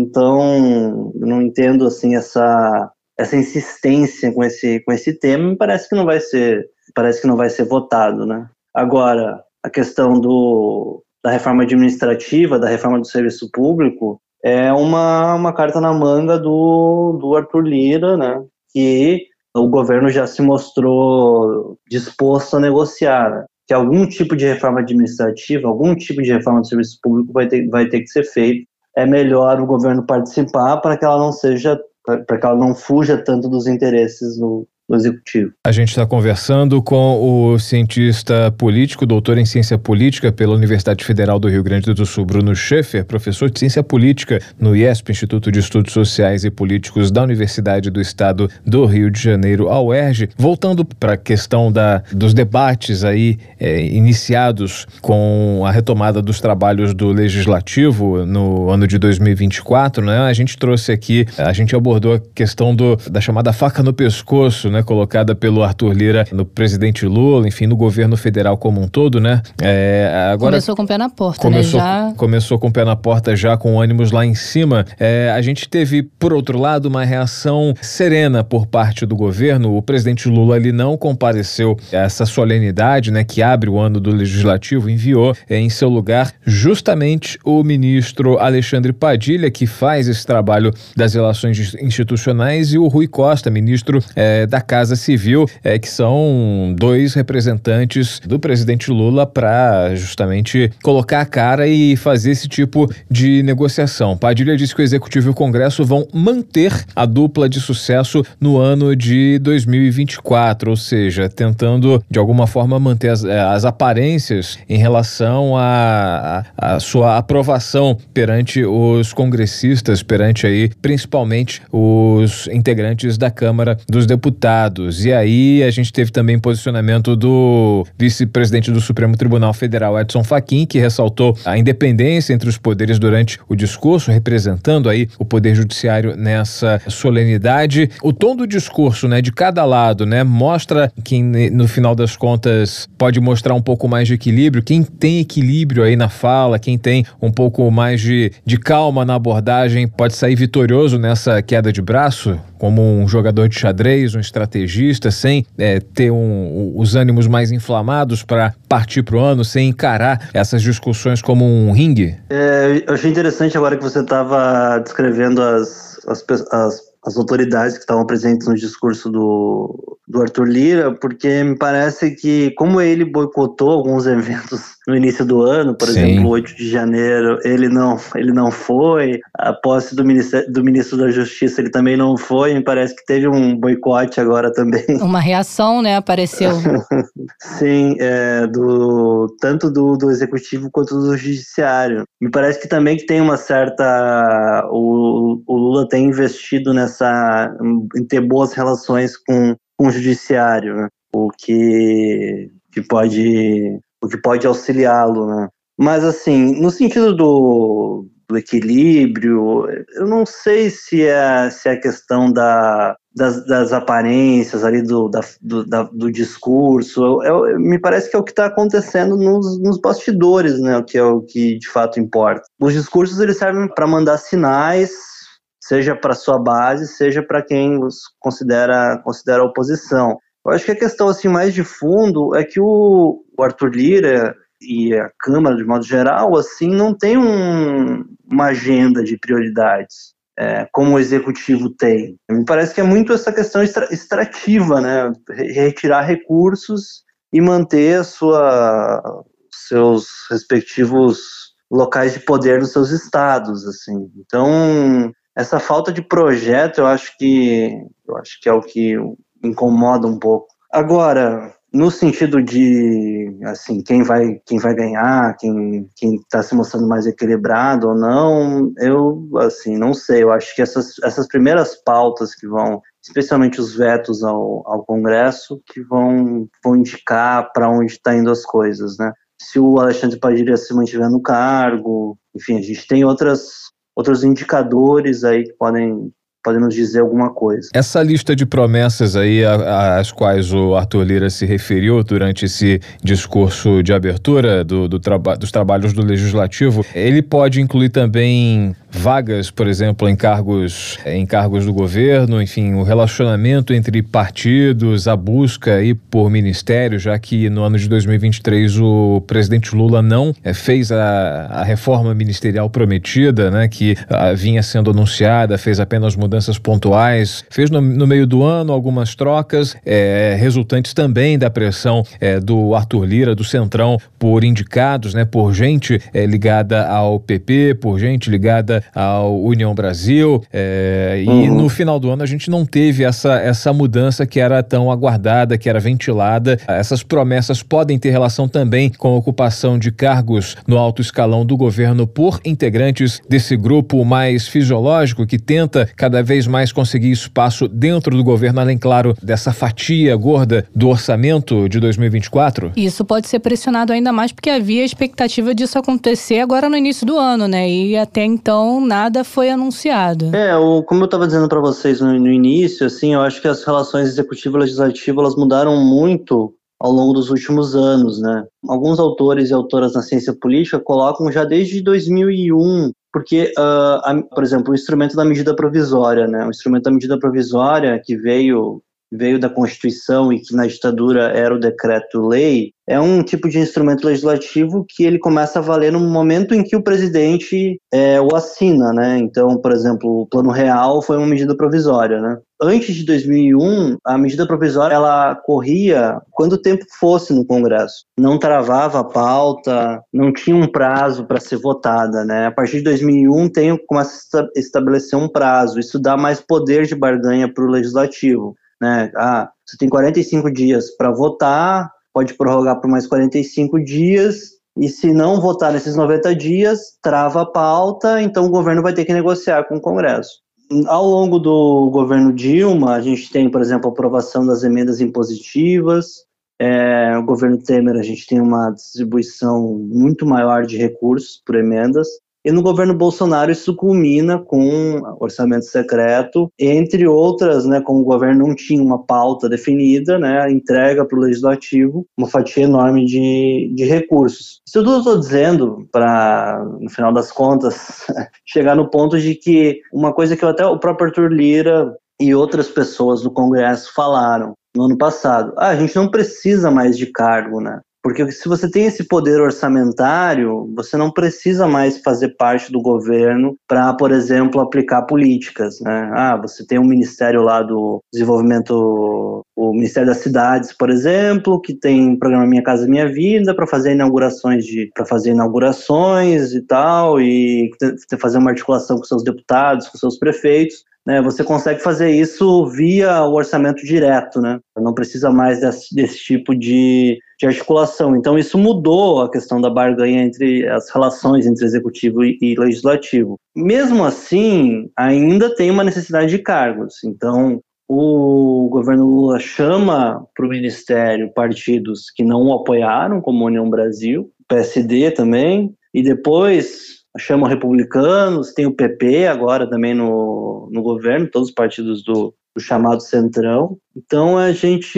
Então, eu não entendo, assim, essa, essa insistência com esse, com esse tema. Me parece que não vai ser, parece que não vai ser votado, né? Agora, a questão do... da reforma administrativa, da reforma do serviço público, é uma, uma carta na manga do, do Arthur Lira, né, que o governo já se mostrou disposto a negociar, né, que algum tipo de reforma administrativa, algum tipo de reforma do serviço público vai ter, vai ter que ser feito. É melhor o governo participar para que ela não seja, para que ela não fuja tanto dos interesses do do Executivo. A gente está conversando com o cientista político, doutor em ciência política pela Universidade Federal do Rio Grande do Sul, Bruno Schaeffer, professor de ciência política no I E S P, Instituto de Estudos Sociais e Políticos da Universidade do Estado do Rio de Janeiro, a U E R J. Voltando para a questão da, dos debates aí é, iniciados com a retomada dos trabalhos do Legislativo no ano de dois mil e vinte e quatro, né? A gente trouxe aqui, a gente abordou a questão do, da chamada faca no pescoço, né? Colocada pelo Arthur Lira no presidente Lula, enfim, no governo federal como um todo, né? É, agora, começou com o pé na porta, começou, né? Já... Começou com o pé na porta, já com ânimos lá em cima. É, a gente teve, por outro lado, uma reação serena por parte do governo. O presidente Lula, ele não compareceu a essa solenidade, né, que abre o ano do Legislativo, enviou é, em seu lugar justamente o ministro Alexandre Padilha, que faz esse trabalho das relações institucionais, e o Rui Costa, ministro é, da Casa Civil, é, que são dois representantes do presidente Lula para justamente colocar a cara e fazer esse tipo de negociação. Padilha disse que o Executivo e o Congresso vão manter a dupla de sucesso no ano de dois mil e vinte e quatro, ou seja, tentando de alguma forma manter as, as aparências em relação à a, a, a sua aprovação perante os congressistas, perante aí principalmente os integrantes da Câmara dos Deputados. deputados. E aí a gente teve também posicionamento do vice-presidente do Supremo Tribunal Federal, Edson Fachin, que ressaltou a independência entre os poderes durante o discurso, representando aí o Poder Judiciário nessa solenidade. O tom do discurso, né, de cada lado, né, mostra que no final das contas pode mostrar um pouco mais de equilíbrio. Quem tem equilíbrio aí na fala, quem tem um pouco mais de, de calma na abordagem, pode sair vitorioso nessa queda de braço, como um jogador de xadrez, um estrategista, sem é, ter um, os ânimos mais inflamados para partir para o ano, sem encarar essas discussões como um ringue? É, eu achei interessante agora que você estava descrevendo as, as, as as autoridades que estavam presentes no discurso do, do Arthur Lira, porque me parece que, como ele boicotou alguns eventos no início do ano, por Sim. exemplo, oito de janeiro, ele não, ele não foi, a posse do, do ministro da Justiça, ele também não foi, me parece que teve um boicote agora também. Uma reação, né, apareceu. Sim, é, do, tanto do, do Executivo quanto do Judiciário. Me parece que também que tem uma certa... O, o Lula tem investido nessa Essa, em ter boas relações com, com o judiciário, né? o, que, que pode, o que pode auxiliá-lo. Né? Mas, assim, no sentido do, do equilíbrio, eu não sei se é, se é a questão da, das, das aparências ali do, da, do, da, do discurso. Eu, eu, me parece que é o que está acontecendo nos, nos bastidores, né? O que é o que de fato importa. Os discursos eles servem para mandar sinais, seja para sua base, seja para quem os considera, considera oposição. Eu acho que a questão assim, mais de fundo é que o, o Arthur Lira e a Câmara, de modo geral, assim, não tem um, uma agenda de prioridades, é, como o Executivo tem. Me parece que é muito essa questão extra, extrativa, né? Retirar recursos e manter a sua, seus respectivos locais de poder nos seus estados. Assim. Então... essa falta de projeto, eu acho que eu acho que é o que incomoda um pouco. Agora, no sentido de, assim, quem vai, quem vai ganhar, quem quem está se mostrando mais equilibrado ou não, eu, assim, não sei. Eu acho que essas, essas primeiras pautas que vão, especialmente os vetos ao, ao Congresso, que vão, vão indicar para onde está indo as coisas, né? Se o Alexandre Padilha se mantiver no cargo, enfim, a gente tem outras outros indicadores aí que podem, podem nos dizer alguma coisa. Essa lista de promessas aí às quais o Arthur Lira se referiu durante esse discurso de abertura do, do traba- dos trabalhos do Legislativo, ele pode incluir também vagas, por exemplo, em cargos, em cargos do governo, enfim, o relacionamento entre partidos, a busca aí por ministério, já que no ano de dois mil e vinte e três o presidente Lula não é, fez a, a reforma ministerial prometida, né, que a, vinha sendo anunciada, fez apenas mudanças pontuais, fez no, no meio do ano algumas trocas, é, resultantes também da pressão é, do Arthur Lira, do Centrão, por indicados, né, por gente é, ligada ao P P, por gente ligada ao União Brasil, é, uhum. e no final do ano a gente não teve essa, essa mudança que era tão aguardada, que era ventilada. Essas promessas podem ter relação também com a ocupação de cargos no alto escalão do governo por integrantes desse grupo mais fisiológico que tenta cada vez mais conseguir espaço dentro do governo, além, claro, dessa fatia gorda do orçamento de dois mil e vinte e quatro? Isso pode ser pressionado ainda mais porque havia a expectativa disso acontecer agora no início do ano, né? E até então nada foi anunciado. É, o, como eu estava dizendo para vocês no, no início, assim, eu acho que as relações executivo e legislativo elas mudaram muito ao longo dos últimos anos, né? Alguns autores e autoras na ciência política colocam já desde dois mil e um, porque, uh, a, por exemplo, o instrumento da medida provisória, né? O instrumento da medida provisória que veio veio da Constituição e que na ditadura era o decreto-lei, é um tipo de instrumento legislativo que ele começa a valer no momento em que o presidente é, o assina, né? Então, por exemplo, o Plano Real foi uma medida provisória, né? Antes de dois mil e um, a medida provisória ela corria quando o tempo fosse no Congresso. Não travava a pauta, não tinha um prazo para ser votada, né? A partir de dois mil e um tem, começa a estabelecer um prazo. Isso dá mais poder de barganha para o Legislativo, né? Ah, você tem quarenta e cinco dias para votar, pode prorrogar por mais quarenta e cinco dias, e se não votar nesses noventa dias, trava a pauta, então o governo vai ter que negociar com o Congresso. Ao longo do governo Dilma, a gente tem, por exemplo, a aprovação das emendas impositivas. É, o governo Temer, a gente tem uma distribuição muito maior de recursos por emendas. E no governo Bolsonaro isso culmina com orçamento secreto, entre outras, né, como o governo não tinha uma pauta definida, né, entrega para o legislativo uma fatia enorme de, de recursos. Isso tudo eu estou dizendo para, no final das contas, chegar no ponto de que uma coisa que até o próprio Arthur Lira e outras pessoas do Congresso falaram no ano passado, ah, a gente não precisa mais de cargo, né? Porque se você tem esse poder orçamentário, você não precisa mais fazer parte do governo para, por exemplo, aplicar políticas, né? Ah, você tem um ministério lá do desenvolvimento, o Ministério das Cidades, por exemplo, que tem o programa Minha Casa Minha Vida para fazer inaugurações de, para fazer inaugurações e tal, e fazer uma articulação com seus deputados, com seus prefeitos. Né, você consegue fazer isso via o orçamento direto, né? Não precisa mais desse, desse tipo de, de articulação. Então isso mudou a questão da barganha entre as relações entre executivo e, e legislativo. Mesmo assim, ainda tem uma necessidade de cargos. Então o governo Lula chama para o ministério partidos que não o apoiaram, como a União Brasil, P S D também, e depois chamam republicanos, tem o P P agora também no, no governo, todos os partidos do, do chamado Centrão. Então a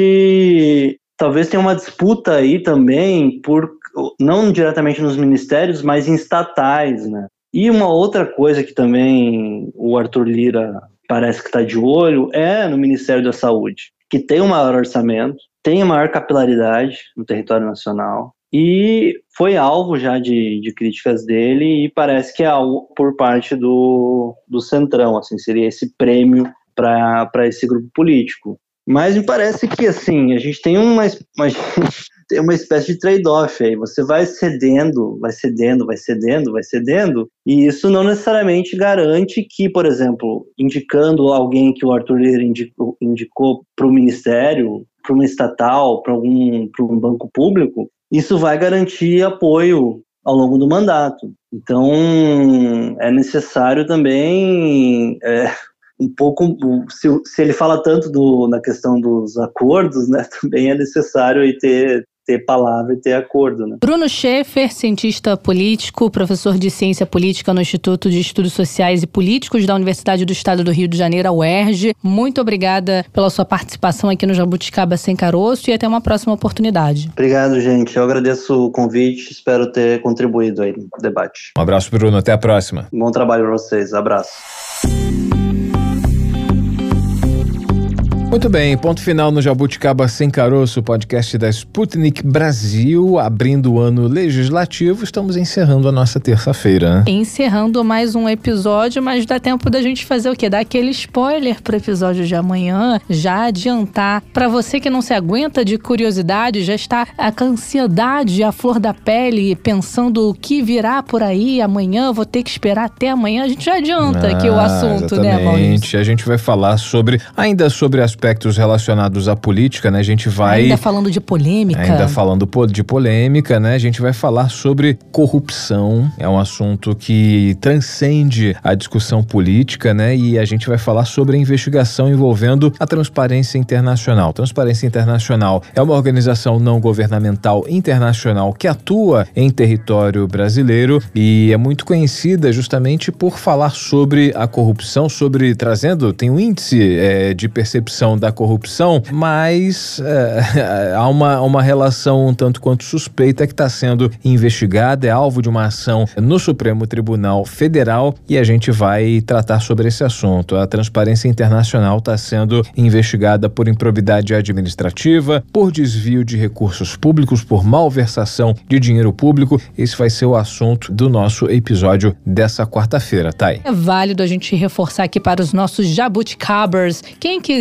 gente talvez tenha uma disputa aí também, por, não diretamente nos ministérios, mas em estatais, né? E uma outra coisa que também o Arthur Lira parece que está de olho é no Ministério da Saúde, que tem o maior orçamento, tem a maior capilaridade no território nacional, e foi alvo já de, de críticas dele, e parece que é algo por parte do, do Centrão, assim, seria esse prêmio para esse grupo político. Mas me parece que, assim, a gente tem uma, uma, tem uma espécie de trade-off aí, você vai cedendo, vai cedendo, vai cedendo, vai cedendo, e isso não necessariamente garante que, por exemplo, indicando alguém que o Arthur Lira indicou, indicou para o ministério, para uma estatal, para algum, para um banco público, isso vai garantir apoio ao longo do mandato. Então, é necessário também, é, um pouco, se, se ele fala tanto do, na questão dos acordos, né, também é necessário aí ter, ter palavra e ter acordo, né? Bruno Schaeffer, cientista político, professor de ciência política no Instituto de Estudos Sociais e Políticos da Universidade do Estado do Rio de Janeiro, a U E R J. Muito obrigada pela sua participação aqui no Jabuticaba Sem Caroço e até uma próxima oportunidade. Obrigado, gente. Eu agradeço o convite, espero ter contribuído aí no debate. Um abraço, Bruno. Até a próxima. Bom trabalho para vocês. Abraço. Muito bem, ponto final no Jabuticaba Sem Caroço, podcast da Sputnik Brasil, abrindo o ano legislativo. Estamos encerrando a nossa terça-feira, né? Encerrando mais um episódio, mas dá tempo da gente fazer o quê? Dar aquele spoiler pro episódio de amanhã, já adiantar. Pra você que não se aguenta de curiosidade, já está com a ansiedade à flor da pele, pensando o que virá por aí amanhã, vou ter que esperar até amanhã, a gente já adianta ah, aqui o assunto, exatamente. Né, Maurício? A gente vai falar sobre, ainda sobre as aspectos relacionados à política, né? A gente vai... Ainda falando de polêmica. Ainda falando de polêmica, né? A gente vai falar sobre corrupção. É um assunto que transcende a discussão política, né? E a gente vai falar sobre a investigação envolvendo a Transparência Internacional. Transparência Internacional é uma organização não governamental internacional que atua em território brasileiro e é muito conhecida justamente por falar sobre a corrupção, sobre trazendo, tem um índice é, de percepção da corrupção, mas é, há uma, uma relação um tanto quanto suspeita que está sendo investigada, é alvo de uma ação no Supremo Tribunal Federal e a gente vai tratar sobre esse assunto. A Transparência Internacional está sendo investigada por improbidade administrativa, por desvio de recursos públicos, por malversação de dinheiro público. Esse vai ser o assunto do nosso episódio dessa quarta-feira, Thay. É válido a gente reforçar aqui para os nossos jabuticabers. Quem quiser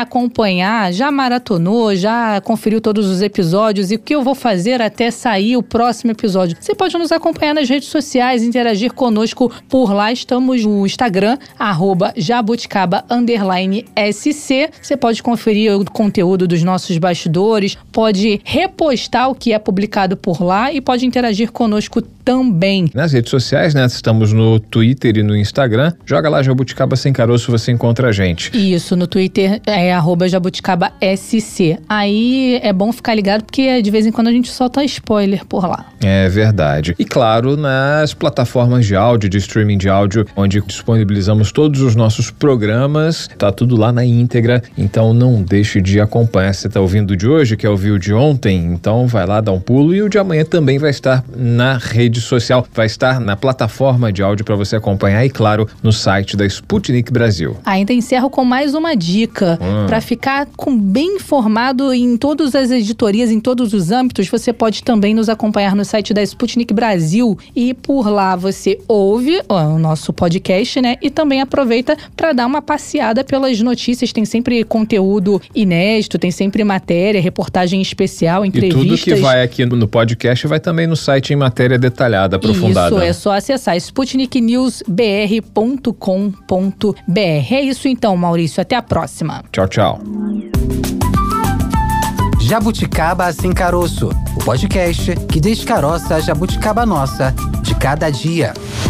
acompanhar, já maratonou, já conferiu todos os episódios e o que eu vou fazer até sair o próximo episódio? Você pode nos acompanhar nas redes sociais, interagir conosco por lá. Estamos no Instagram, arroba jabuticaba underline sc. Você pode conferir o conteúdo dos nossos bastidores, pode repostar o que é publicado por lá e pode interagir conosco também. Nas redes sociais, né? Estamos no Twitter e no Instagram. Joga lá Jabuticaba Sem Caroço, você encontra a gente. Isso, no Twitter é arroba jabuticaba sc. Aí é bom ficar ligado porque de vez em quando a gente solta spoiler por lá. É verdade. E claro, nas plataformas de áudio, de streaming de áudio, onde disponibilizamos todos os nossos programas, tá tudo lá na íntegra, então não deixe de acompanhar. Você tá ouvindo o de hoje, que é ouvir o de ontem, então vai lá, dá um pulo, e o de amanhã também vai estar na rede social, vai estar na plataforma de áudio para você acompanhar e, claro, no site da Sputnik Brasil. Ainda encerro com mais uma dica. Hum. Para ficar com bem informado em todas as editorias, em todos os âmbitos, você pode também nos acompanhar no site da Sputnik Brasil e por lá você ouve ó, o nosso podcast, né? E também aproveita para dar uma passeada pelas notícias. Tem sempre conteúdo inédito, tem sempre matéria, reportagem especial, entrevistas. E tudo que vai aqui no podcast vai também no site em matéria detalhada, aprofundada. Isso, é só acessar sputnik news b r ponto com ponto b r. É isso então, Maurício. Até a próxima. Tchau, tchau. Jabuticaba Sem Caroço, o podcast que descaroça a jabuticaba nossa de cada dia.